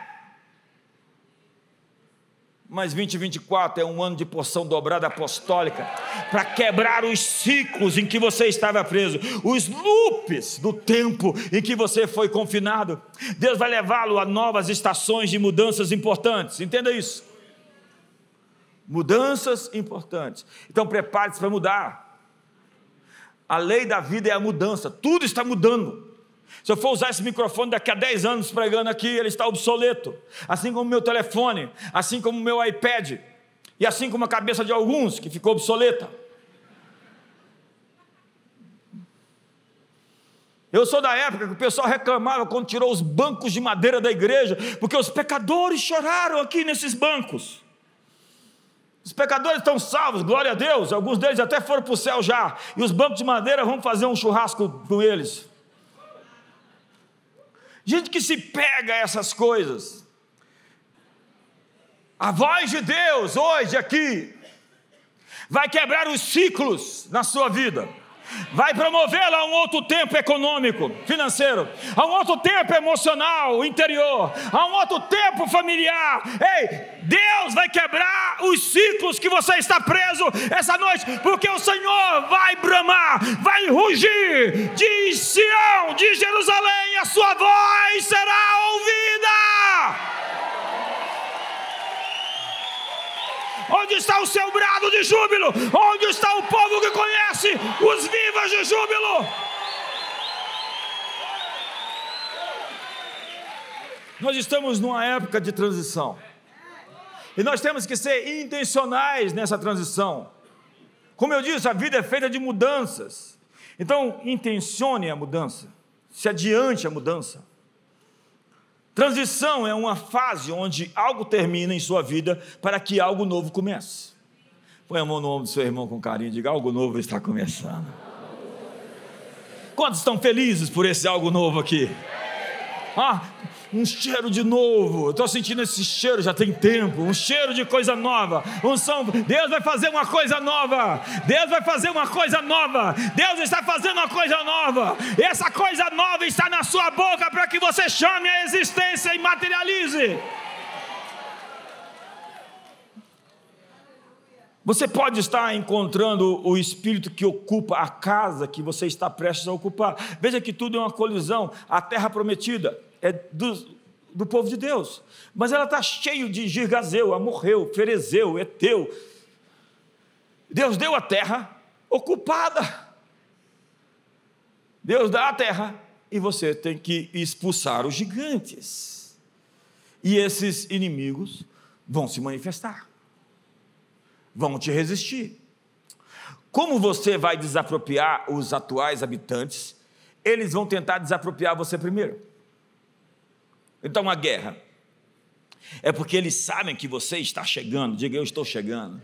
Mas vinte e vinte e quatro é um ano de porção dobrada apostólica, para quebrar os ciclos em que você estava preso, os loops do tempo em que você foi confinado. Deus vai levá-lo a novas estações de mudanças importantes. Entenda isso. Mudanças importantes. Então prepare-se para mudar. A lei da vida é a mudança. Tudo está mudando. Se eu for usar esse microfone daqui a dez anos pregando aqui, ele está obsoleto. Assim como o meu telefone, assim como o meu iPad, e assim como a cabeça de alguns que ficou obsoleta. Eu sou da época que o pessoal reclamava quando tirou os bancos de madeira da igreja, porque os pecadores choraram aqui nesses bancos. Os pecadores estão salvos, glória a Deus. Alguns deles até foram para o céu já, e os bancos de madeira vão fazer um churrasco com eles. Gente que se pega a essas coisas. A voz de Deus hoje aqui vai quebrar os ciclos na sua vida, vai promovê-la a um outro tempo econômico, financeiro, a um outro tempo emocional, interior, a um outro tempo familiar. Ei, Deus vai quebrar os ciclos que você está preso essa noite, porque o Senhor vai bramar, vai rugir de Sião, de Jerusalém, a sua voz será ouvida. Onde está o seu brado de júbilo? Onde está o povo que conhece os vivas de júbilo? Nós estamos numa época de transição. E nós temos que ser intencionais nessa transição. Como eu disse, a vida é feita de mudanças. Então, intencione a mudança. Se adiante a mudança. Transição é uma fase onde algo termina em sua vida para que algo novo comece. Põe a mão no ombro do seu irmão com carinho e diga: algo novo está começando. Quantos estão felizes por esse algo novo aqui? Ah, um cheiro de novo. Eu estou sentindo esse cheiro já tem tempo. Um cheiro de coisa nova. Um som. Deus vai fazer uma coisa nova. Deus vai fazer uma coisa nova. Deus está fazendo uma coisa nova. E essa coisa nova está na sua boca para que você chame a existência e materialize. Você pode estar encontrando o espírito que ocupa a casa que você está prestes a ocupar. Veja que tudo é uma colisão. A terra prometida é do, do povo de Deus, mas ela está cheia de Girgazeu, Amorreu, Ferezeu, Eteu. Deus deu a terra ocupada. Deus dá a terra e você tem que expulsar os gigantes. E esses inimigos vão se manifestar, vão te resistir. Como você vai desapropriar os atuais habitantes? Eles vão tentar desapropriar você primeiro. Então, a guerra é porque eles sabem que você está chegando. Diga: eu estou chegando.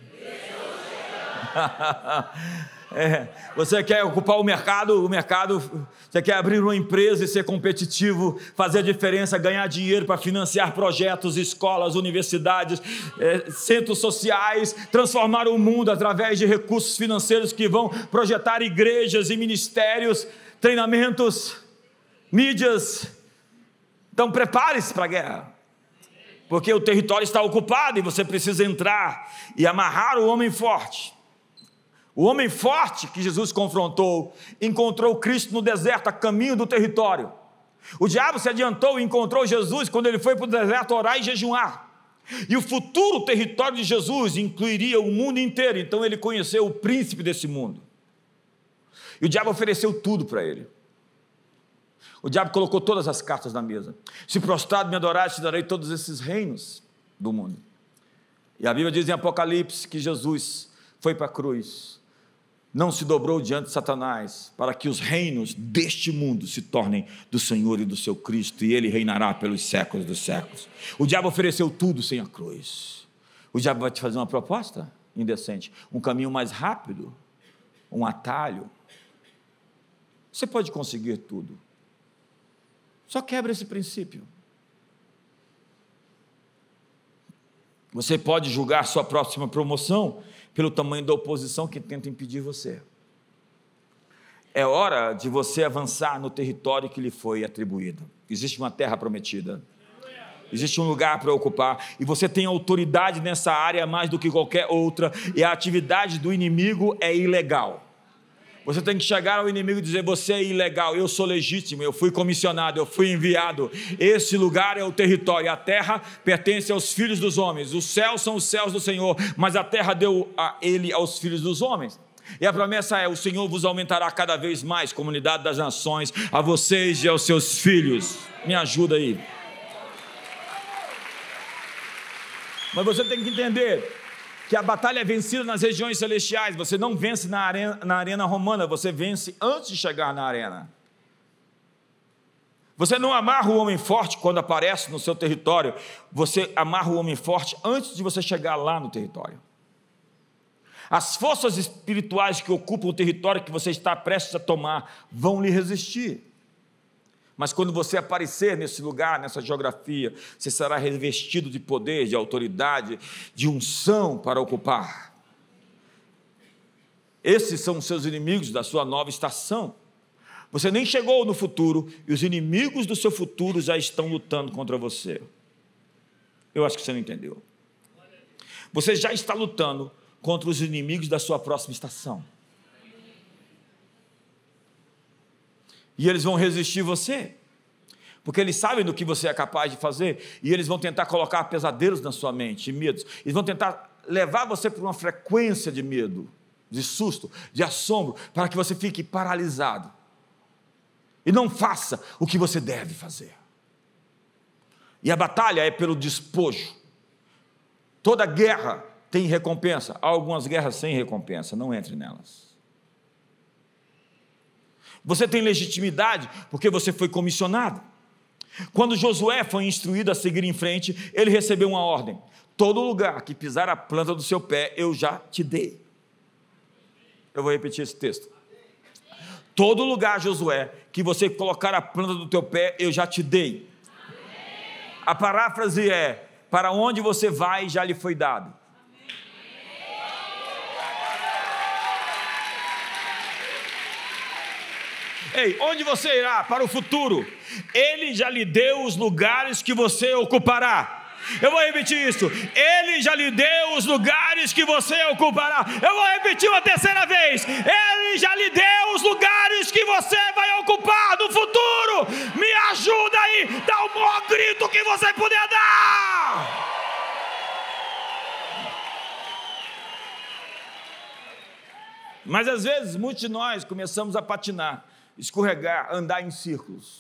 É, você quer ocupar o mercado, o mercado, você quer abrir uma empresa e ser competitivo, fazer a diferença, ganhar dinheiro para financiar projetos, escolas, universidades, é, centros sociais, transformar o mundo através de recursos financeiros que vão projetar igrejas e ministérios, treinamentos, mídias. Então prepare-se para a guerra, porque o território está ocupado e você precisa entrar e amarrar o homem forte. O homem forte que Jesus confrontou, encontrou Cristo no deserto, a caminho do território. O diabo se adiantou e encontrou Jesus quando ele foi para o deserto orar e jejuar. E o futuro território de Jesus incluiria o mundo inteiro, então ele conheceu o príncipe desse mundo. E o diabo ofereceu tudo para ele. O diabo colocou todas as cartas na mesa. Se prostrado me adorares, te darei todos esses reinos do mundo. E a Bíblia diz em Apocalipse que Jesus foi para a cruz, não se dobrou diante de Satanás, para que os reinos deste mundo se tornem do Senhor e do seu Cristo, e ele reinará pelos séculos dos séculos. O diabo ofereceu tudo sem a cruz. O diabo vai te fazer uma proposta indecente, um caminho mais rápido, um atalho. Você pode conseguir tudo, só quebra esse princípio. Você pode julgar sua próxima promoção pelo tamanho da oposição que tenta impedir você. É hora de você avançar no território que lhe foi atribuído. Existe uma terra prometida, existe um lugar para ocupar, e você tem autoridade nessa área mais do que qualquer outra, e a atividade do inimigo é ilegal. Você tem que chegar ao inimigo e dizer: você é ilegal, eu sou legítimo, eu fui comissionado, eu fui enviado. Esse lugar é o território, a terra pertence aos filhos dos homens, os céus são os céus do Senhor, mas a terra deu a ele aos filhos dos homens. E a promessa é: o Senhor vos aumentará cada vez mais, comunidade das nações, a vocês e aos seus filhos. Me ajuda aí. Mas você tem que entender que a batalha é vencida nas regiões celestiais. Você não vence na arena, na arena romana, você vence antes de chegar na arena. Você não amarra o homem forte quando aparece no seu território, você amarra o homem forte antes de você chegar lá no território. As forças espirituais que ocupam o território que você está prestes a tomar vão lhe resistir. Mas quando você aparecer nesse lugar, nessa geografia, você será revestido de poder, de autoridade, de unção para ocupar. Esses são os seus inimigos da sua nova estação. Você nem chegou no futuro e os inimigos do seu futuro já estão lutando contra você. Eu acho que você não entendeu. Você já está lutando contra os inimigos da sua próxima estação. E eles vão resistir você, porque eles sabem do que você é capaz de fazer, e eles vão tentar colocar pesadelos na sua mente, medos. Eles vão tentar levar você para uma frequência de medo, de susto, de assombro, para que você fique paralisado e não faça o que você deve fazer. E a batalha é pelo despojo. Toda guerra tem recompensa. Há algumas guerras sem recompensa, não entre nelas. Você tem legitimidade porque você foi comissionado. Quando Josué foi instruído a seguir em frente, ele recebeu uma ordem: todo lugar que pisar a planta do seu pé, eu já te dei. Eu vou repetir esse texto. Todo lugar, Josué, que você colocar a planta do teu pé, eu já te dei. A paráfrase é: para onde você vai, já lhe foi dado. Ei, onde você irá para o futuro? Ele já lhe deu os lugares que você ocupará. Eu vou repetir isso. Ele já lhe deu os lugares que você ocupará. Eu vou repetir uma terceira vez. Ele já lhe deu os lugares que você vai ocupar no futuro. Me ajuda aí. Dá o maior grito que você puder dar. Mas às vezes muitos de nós começamos a patinar, escorregar, andar em círculos.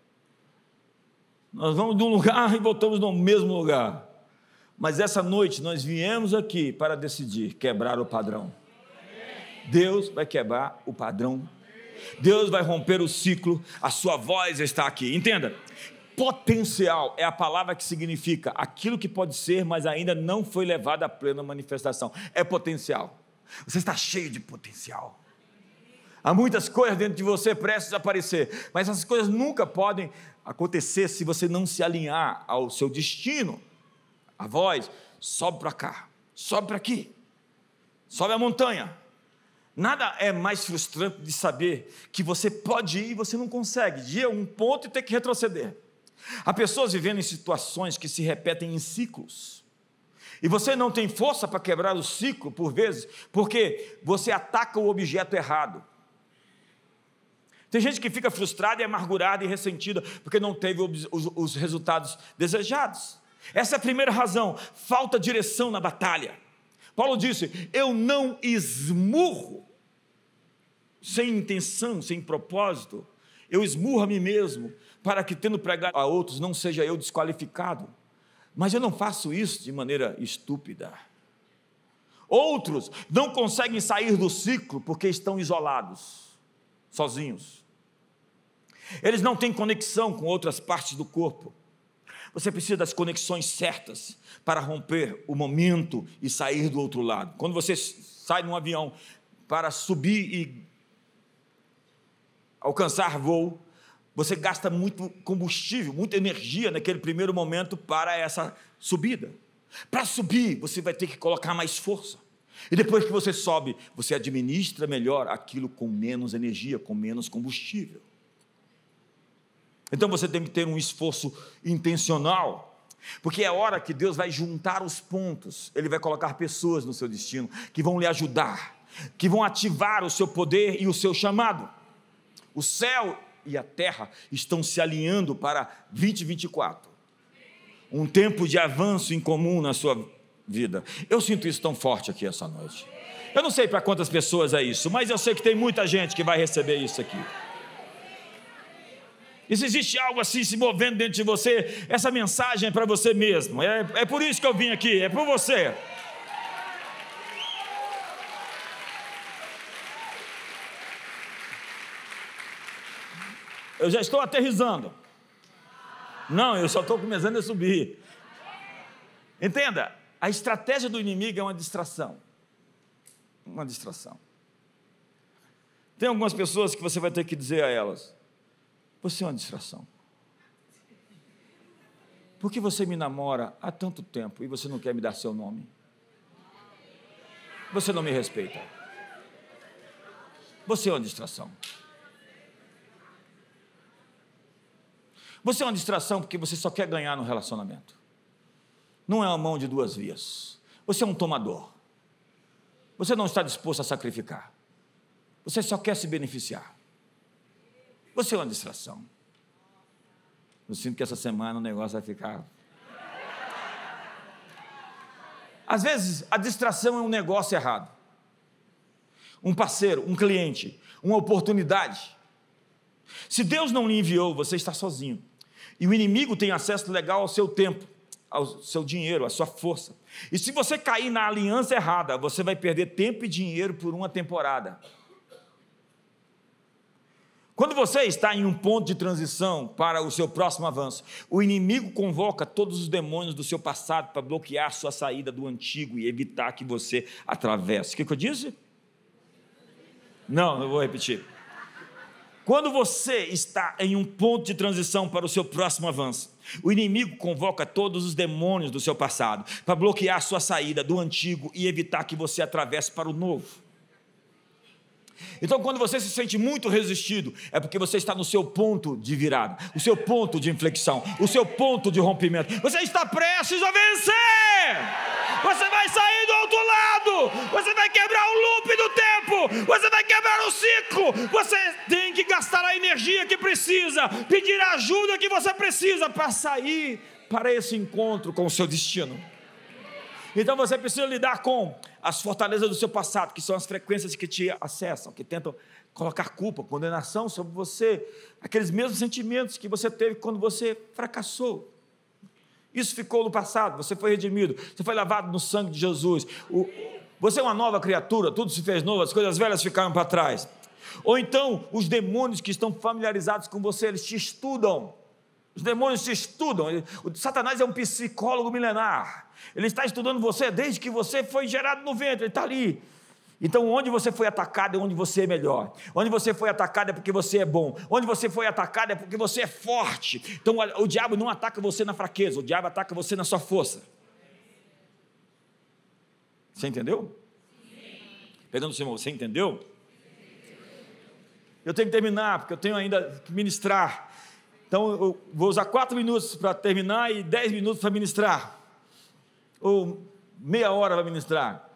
Nós vamos de um lugar e voltamos no mesmo lugar. Mas essa noite nós viemos aqui para decidir quebrar o padrão. Deus vai quebrar o padrão. Deus vai romper o ciclo. A sua voz está aqui. Entenda, potencial é a palavra que significa aquilo que pode ser, mas ainda não foi levado à plena manifestação. É potencial. Você está cheio de potencial. Há muitas coisas dentro de você prestes a aparecer, mas essas coisas nunca podem acontecer se você não se alinhar ao seu destino. A voz: sobe para cá, sobe para aqui, sobe a montanha. Nada é mais frustrante de saber que você pode ir e você não consegue, de ir a um ponto e ter que retroceder. Há pessoas vivendo em situações que se repetem em ciclos, e você não tem força para quebrar o ciclo por vezes, porque você ataca o objeto errado. Tem gente que fica frustrada e amargurada e ressentida porque não teve os, os, os resultados desejados. Essa é a primeira razão: falta direção na batalha. Paulo disse: eu não esmurro sem intenção, sem propósito. Eu esmurro a mim mesmo, para que, tendo pregado a outros, não seja eu desqualificado. Mas eu não faço isso de maneira estúpida. Outros não conseguem sair do ciclo porque estão isolados, sozinhos. Eles não têm conexão com outras partes do corpo. Você precisa das conexões certas para romper o momento e sair do outro lado. Quando você sai num avião para subir e alcançar voo, você gasta muito combustível, muita energia naquele primeiro momento para essa subida. Para subir, você vai ter que colocar mais força. E depois que você sobe, você administra melhor aquilo com menos energia, com menos combustível. Então você tem que ter um esforço intencional, porque é a hora que Deus vai juntar os pontos. Ele vai colocar pessoas no seu destino que vão lhe ajudar, que vão ativar o seu poder e o seu chamado. O céu e a terra estão se alinhando para vinte e vinte e quatro, um tempo de avanço em comum na sua vida. Eu sinto isso tão forte aqui essa noite. Eu não sei para quantas pessoas é isso, mas eu sei que tem muita gente que vai receber isso aqui. E se existe algo assim se movendo dentro de você, essa mensagem é para você mesmo. É, é por isso que eu vim aqui, é por você. Eu já estou aterrissando. Não, eu só estou começando a subir. Entenda, a estratégia do inimigo é uma distração. Uma distração. Tem algumas pessoas que você vai ter que dizer a elas: Você é uma distração. Por que você me namora há tanto tempo e você não quer me dar seu nome? Você não me respeita. Você é uma distração. Você é uma distração porque você só quer ganhar no relacionamento. Não é uma mão de duas vias. Você é um tomador. Você não está disposto a sacrificar. Você só quer se beneficiar. Você é uma distração. Eu sinto que essa semana o negócio vai ficar... Às vezes, a distração é um negócio errado. Um parceiro, um cliente, uma oportunidade. Se Deus não lhe enviou, você está sozinho. E o inimigo tem acesso legal ao seu tempo, ao seu dinheiro, à sua força. E se você cair na aliança errada, você vai perder tempo e dinheiro por uma temporada. Quando você está em um ponto de transição para o seu próximo avanço, o inimigo convoca todos os demônios do seu passado para bloquear sua saída do antigo e evitar que você atravesse. O que, que eu disse? Não, não vou repetir. Quando você está em um ponto de transição para o seu próximo avanço, o inimigo convoca todos os demônios do seu passado para bloquear sua saída do antigo e evitar que você atravesse para o novo. Então, quando você se sente muito resistido, é porque você está no seu ponto de virada, o seu ponto de inflexão, o seu ponto de rompimento. Você está prestes a vencer! Você vai sair do outro lado! Você vai quebrar o loop do tempo! Você vai quebrar o ciclo! Você tem que gastar a energia que precisa, pedir a ajuda que você precisa para sair para esse encontro com o seu destino. Então você precisa lidar com as fortalezas do seu passado, que são as frequências que te acessam, que tentam colocar culpa, condenação sobre você, aqueles mesmos sentimentos que você teve quando você fracassou. Isso ficou no passado, você foi redimido, você foi lavado no sangue de Jesus, o, você é uma nova criatura, tudo se fez novo, as coisas velhas ficaram para trás. Ou então, os demônios que estão familiarizados com você, eles te estudam. Os demônios te estudam. O Satanás é um psicólogo milenar. Ele está estudando você desde que você foi gerado no ventre. Ele está ali. Então, onde você foi atacado é onde você é melhor. Onde você foi atacado é porque você é bom. Onde você foi atacado é porque você é forte. Então, o diabo não ataca você na fraqueza. O diabo ataca você na sua força. Você entendeu? Pegando o seu irmão, você entendeu? Eu tenho que terminar, porque eu tenho ainda que ministrar. Então, eu vou usar quatro minutos para terminar e dez minutos para ministrar. Ou meia hora para ministrar.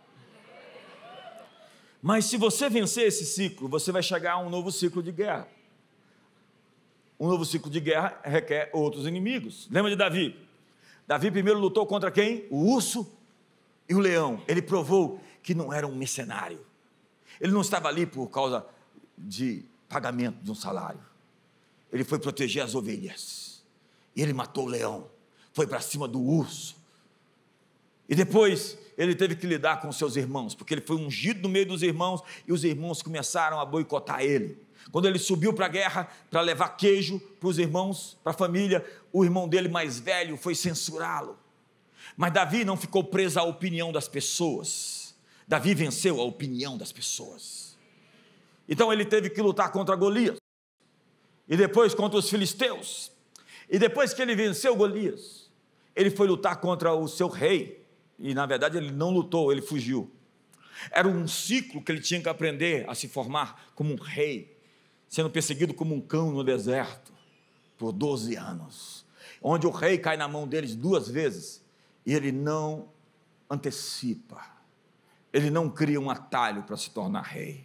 Mas se você vencer esse ciclo, você vai chegar a um novo ciclo de guerra. Um novo ciclo de guerra requer outros inimigos. Lembra de Davi? Davi primeiro lutou contra quem? O urso e o leão. Ele provou que não era um mercenário. Ele não estava ali por causa de pagamento de um salário. Ele foi proteger as ovelhas. E ele matou o leão. Foi para cima do urso. E depois ele teve que lidar com seus irmãos, porque ele foi ungido no meio dos irmãos e os irmãos começaram a boicotar ele. Quando ele subiu para a guerra para levar queijo para os irmãos, para a família, o irmão dele mais velho foi censurá-lo. Mas Davi não ficou preso à opinião das pessoas. Davi venceu a opinião das pessoas. Então ele teve que lutar contra Golias. E depois contra os filisteus. E depois que ele venceu Golias, ele foi lutar contra o seu rei. E na verdade ele não lutou, ele fugiu. Era um ciclo que ele tinha que aprender a se formar como um rei, sendo perseguido como um cão no deserto por doze anos, onde o rei cai na mão deles duas vezes e ele não antecipa, ele não cria um atalho para se tornar rei.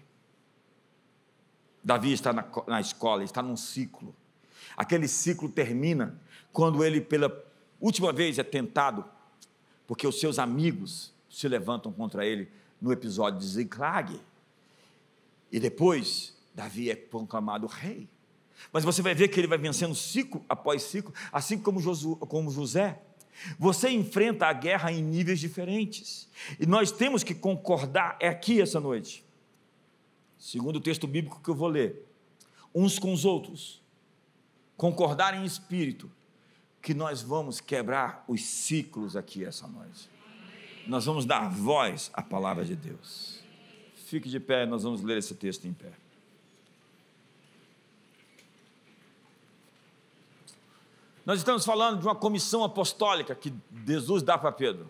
Davi está na, na escola, está num ciclo. Aquele ciclo termina quando ele pela última vez é tentado, porque os seus amigos se levantam contra ele no episódio de Ziklag. E depois, Davi é proclamado rei. Mas você vai ver que ele vai vencendo ciclo após ciclo, assim como, Josu, como José. Você enfrenta a guerra em níveis diferentes. E nós temos que concordar, é aqui essa noite, segundo o texto bíblico que eu vou ler, uns com os outros, concordar em espírito, que nós vamos quebrar os ciclos aqui essa noite. Nós vamos dar voz à palavra de Deus. Fique de pé, nós vamos ler esse texto em pé. Nós estamos falando de uma comissão apostólica que Jesus dá para Pedro.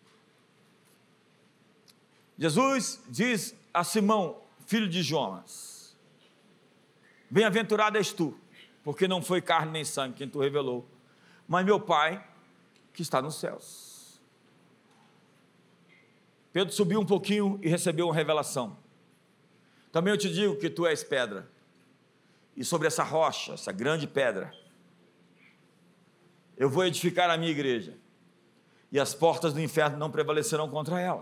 Jesus diz a Simão, filho de Jonas: bem-aventurado és tu, porque não foi carne nem sangue quem tu revelou, mas meu Pai que está nos céus. Pedro subiu um pouquinho e recebeu uma revelação. Também eu te digo que tu és pedra, e sobre essa rocha, essa grande pedra, eu vou edificar a minha igreja, e as portas do inferno não prevalecerão contra ela.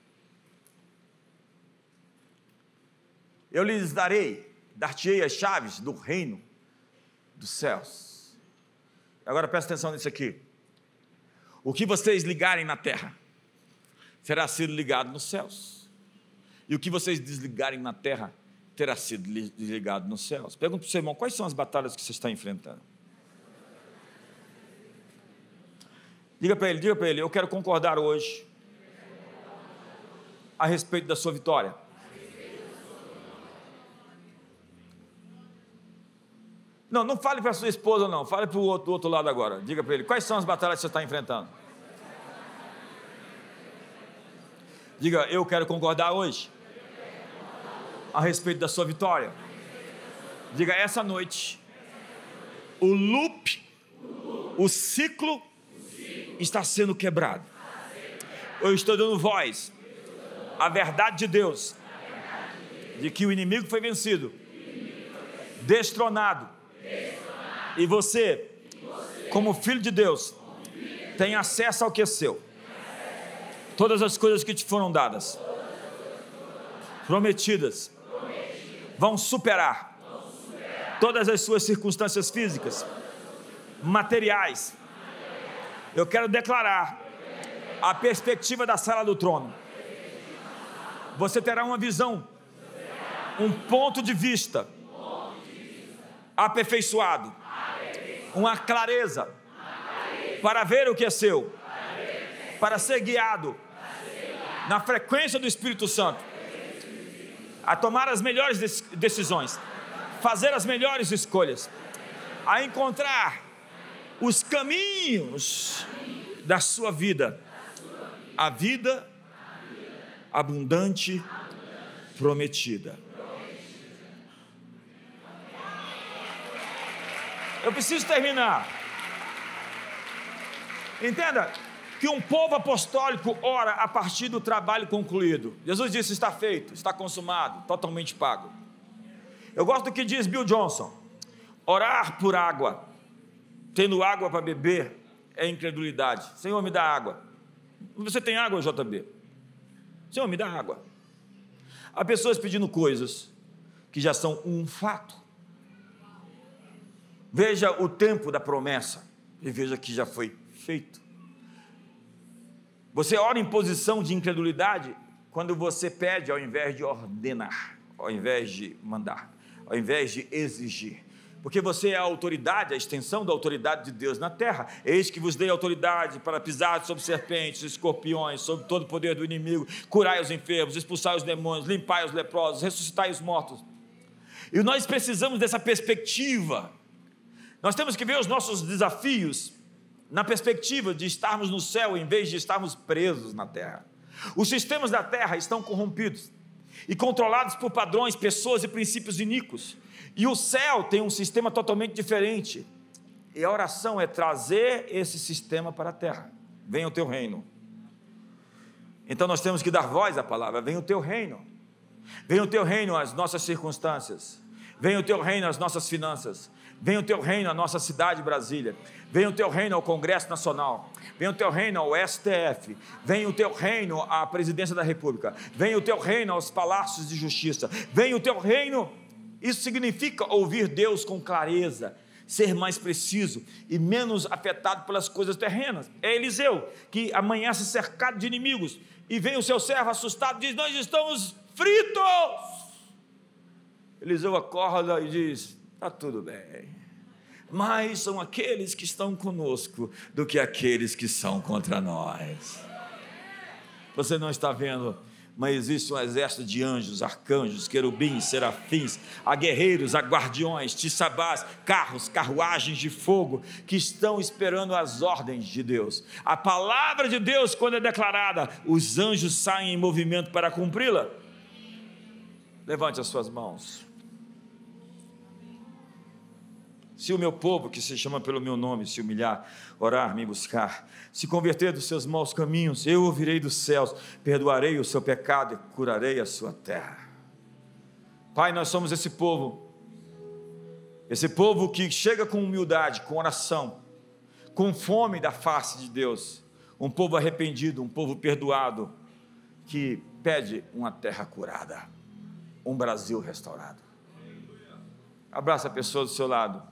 Eu lhes darei, dar-te-ei as chaves do reino dos céus. Agora presta atenção nisso aqui. O que vocês ligarem na terra, será sido ligado nos céus. E o que vocês desligarem na terra, terá sido desligado nos céus. Pergunta para o seu irmão, quais são as batalhas que você está enfrentando? Diga para ele, diga para ele, eu quero concordar hoje a respeito da sua vitória. Não, não fale para a sua esposa não, fale para o outro, do outro lado agora. Diga para ele, quais são as batalhas que você está enfrentando? Diga, eu quero concordar hoje a respeito da sua vitória. Diga, essa noite, o loop, o ciclo está sendo quebrado. Eu estou dando voz à verdade de Deus, de que o inimigo foi vencido, destronado, e você, como filho de Deus, tem acesso ao que é seu. Todas as coisas que te foram dadas, prometidas, vão superar todas as suas circunstâncias físicas, materiais. Eu quero declarar a perspectiva da sala do trono. Você terá uma visão, um ponto de vista aperfeiçoado, uma clareza para ver o que é seu, para ser guiado na frequência do Espírito Santo, a tomar as melhores decisões, fazer as melhores escolhas, a encontrar os caminhos da sua vida, a vida abundante prometida. Eu preciso terminar. Entenda que um povo apostólico ora a partir do trabalho concluído. Jesus disse, está feito, está consumado, totalmente pago. Eu gosto do que diz Bill Johnson: orar por água, tendo água para beber, é incredulidade. Senhor, me dá água. Você tem água, J B? Senhor, me dá água. Há pessoas pedindo coisas que já são um fato. Veja o tempo da promessa e veja que já foi feito. Você ora em posição de incredulidade quando você pede ao invés de ordenar, ao invés de mandar, ao invés de exigir. Porque você é a autoridade, a extensão da autoridade de Deus na terra. Eis que vos dei autoridade para pisar sobre serpentes, escorpiões, sobre todo o poder do inimigo, curai os enfermos, expulsai os demônios, limpai os leprosos, ressuscitai os mortos. E nós precisamos dessa perspectiva. Nós temos que ver os nossos desafios na perspectiva de estarmos no céu em vez de estarmos presos na terra. Os sistemas da terra estão corrompidos e controlados por padrões, pessoas e princípios iníquos. E o céu tem um sistema totalmente diferente. E a oração é trazer esse sistema para a terra. Venha o teu reino. Então nós temos que dar voz à palavra. Venha o teu reino. Venha o teu reino às nossas circunstâncias. Venha o teu reino às nossas finanças. Venha o teu reino à nossa cidade, Brasília. Venha o teu reino ao Congresso Nacional. Venha o teu reino ao S T F. Venha o teu reino à Presidência da República. Venha o teu reino aos palácios de justiça. Venha o teu reino. Isso significa ouvir Deus com clareza, ser mais preciso e menos afetado pelas coisas terrenas. É Eliseu que amanhece cercado de inimigos e vem o seu servo assustado e diz: nós estamos fritos. Eliseu acorda e diz: está tudo bem, mais são aqueles que estão conosco do que aqueles que são contra nós. Você não está vendo mas existe um exército de anjos, arcanjos, querubins, serafins, a guerreiros, a guardiões, tissabás, carros, carruagens de fogo, que estão esperando as ordens de Deus. A palavra de Deus, quando é declarada, os anjos saem em movimento para cumpri-la. Levante as suas mãos. Se o meu povo, que se chama pelo meu nome, se humilhar, orar, me buscar, se converter dos seus maus caminhos, eu ouvirei dos céus, perdoarei o seu pecado e curarei a sua terra. Pai, nós somos esse povo, esse povo que chega com humildade, com oração, com fome da face de Deus, um povo arrependido, um povo perdoado, que pede uma terra curada, um Brasil restaurado. Abraça a pessoa do seu lado.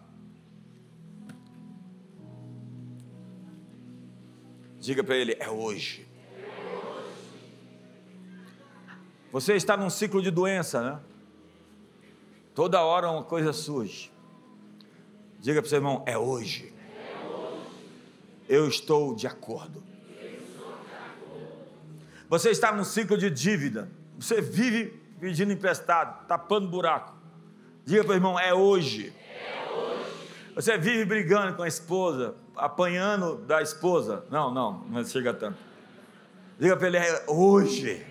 Diga para ele, é hoje. Você está num ciclo de doença, né? Toda hora uma coisa surge. Diga para o seu irmão, é hoje. Eu estou de acordo. Você está num ciclo de dívida. Você vive pedindo emprestado, tapando buraco. Diga para o irmão, é hoje. Você vive brigando com a esposa, apanhando da esposa. Não, não, não chega tanto. Diga para ele, é hoje.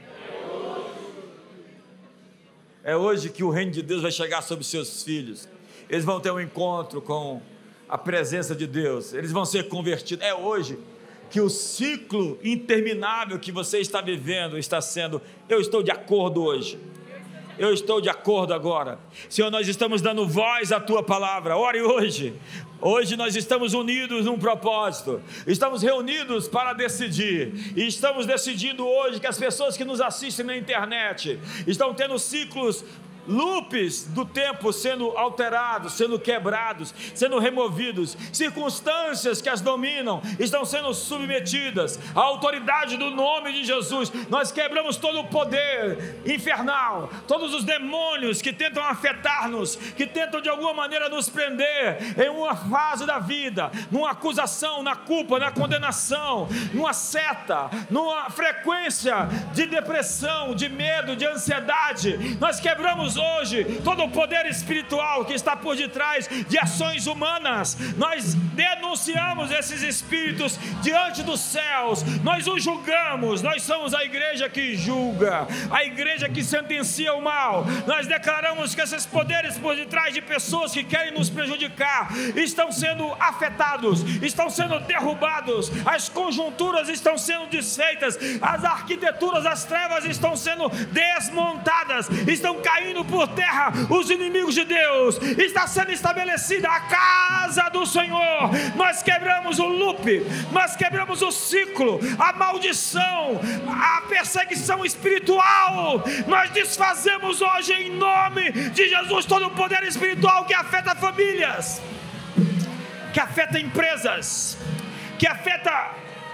É hoje que o reino de Deus vai chegar sobre seus filhos. Eles vão ter um encontro com a presença de Deus. Eles vão ser convertidos. É hoje que o ciclo interminável que você está vivendo está sendo. Eu estou de acordo hoje. Eu estou de acordo agora. Senhor, nós estamos dando voz à Tua palavra. Ore hoje. Hoje nós estamos unidos num propósito. Estamos reunidos para decidir. E estamos decidindo hoje que as pessoas que nos assistem na internet estão tendo ciclos, loops do tempo sendo alterados, sendo quebrados, sendo removidos, circunstâncias que as dominam estão sendo submetidas à autoridade do nome de Jesus. Nós quebramos todo o poder infernal, todos os demônios que tentam afetar-nos, que tentam de alguma maneira nos prender em uma fase da vida, numa acusação, na culpa, na condenação, numa seta, numa frequência de depressão, de medo, de ansiedade. Nós quebramos hoje todo o poder espiritual que está por detrás de ações humanas. Nós denunciamos esses espíritos diante dos céus, nós os julgamos. Nós somos a igreja que julga, a igreja que sentencia o mal. Nós declaramos que esses poderes por detrás de pessoas que querem nos prejudicar estão sendo afetados, estão sendo derrubados, as conjunturas estão sendo desfeitas, as arquiteturas das trevas estão sendo desmontadas, estão caindo por terra os inimigos de Deus. Está sendo estabelecida a casa do Senhor. Nós quebramos o loop, nós quebramos o ciclo, a maldição, a perseguição espiritual. Nós desfazemos hoje em nome de Jesus todo o poder espiritual que afeta famílias, que afeta empresas, que afeta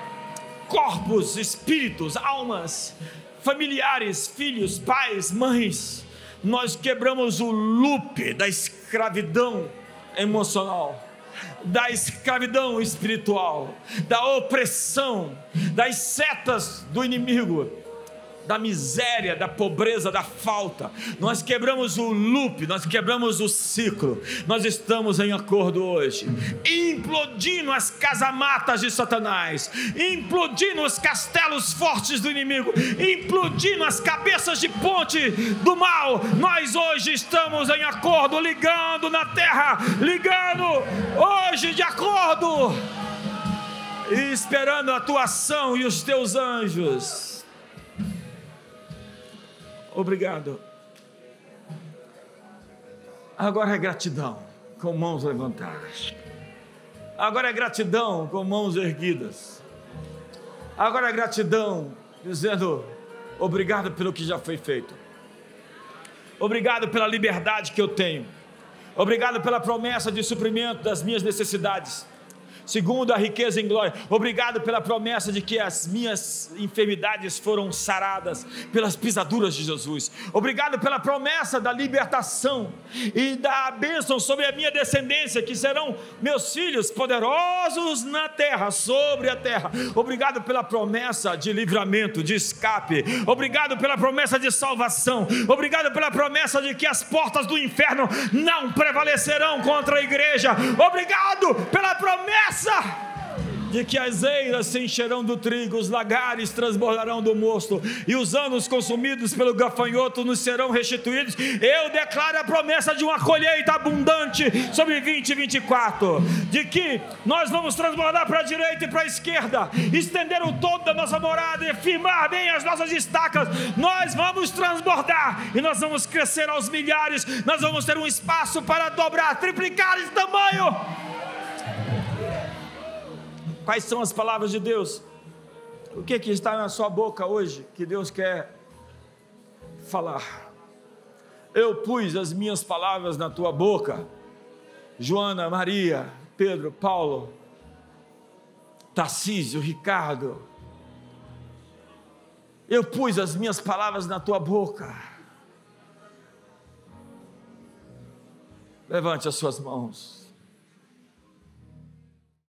corpos, espíritos, almas, familiares, filhos, pais, mães. Nós quebramos o loop da escravidão emocional, da escravidão espiritual, da opressão, das setas do inimigo, da miséria, da pobreza, da falta. Nós quebramos o loop, nós quebramos o ciclo. Nós estamos em acordo hoje, implodindo as casamatas de Satanás, implodindo os castelos fortes do inimigo, implodindo as cabeças de ponte do mal. Nós hoje estamos em acordo, ligando na terra, ligando hoje de acordo, e esperando a tua ação e os teus anjos. Obrigado. Agora é gratidão, com mãos levantadas. Agora é gratidão, com mãos erguidas. Agora é gratidão, dizendo obrigado pelo que já foi feito. Obrigado pela liberdade que eu tenho. Obrigado pela promessa de suprimento das minhas necessidades. segundo a riqueza em glória. Obrigado pela promessa de que as minhas enfermidades foram saradas pelas pisaduras de Jesus. Obrigado pela promessa da libertação e da bênção sobre a minha descendência, que serão meus filhos poderosos na terra, sobre a terra. Obrigado pela promessa de livramento, de escape. Obrigado pela promessa de salvação. Obrigado pela promessa de que as portas do inferno não prevalecerão contra a igreja. Obrigado pela promessa de que as eiras se encherão do trigo, os lagares transbordarão do mosto, e os anos consumidos pelo gafanhoto nos serão restituídos. Eu declaro a promessa de uma colheita abundante sobre vinte e vinte e quatro, de que nós vamos transbordar para a direita e para a esquerda, estender o todo da nossa morada e firmar bem as nossas estacas. Nós vamos transbordar e nós vamos crescer aos milhares. Nós vamos ter um espaço para dobrar, triplicar esse tamanho. Quais são as palavras de Deus? O que, que está na sua boca hoje que Deus quer falar? Eu pus as minhas palavras na tua boca. Joana, Maria, Pedro, Paulo, Tarcísio, Ricardo. Eu pus as minhas palavras na tua boca. Levante as suas mãos.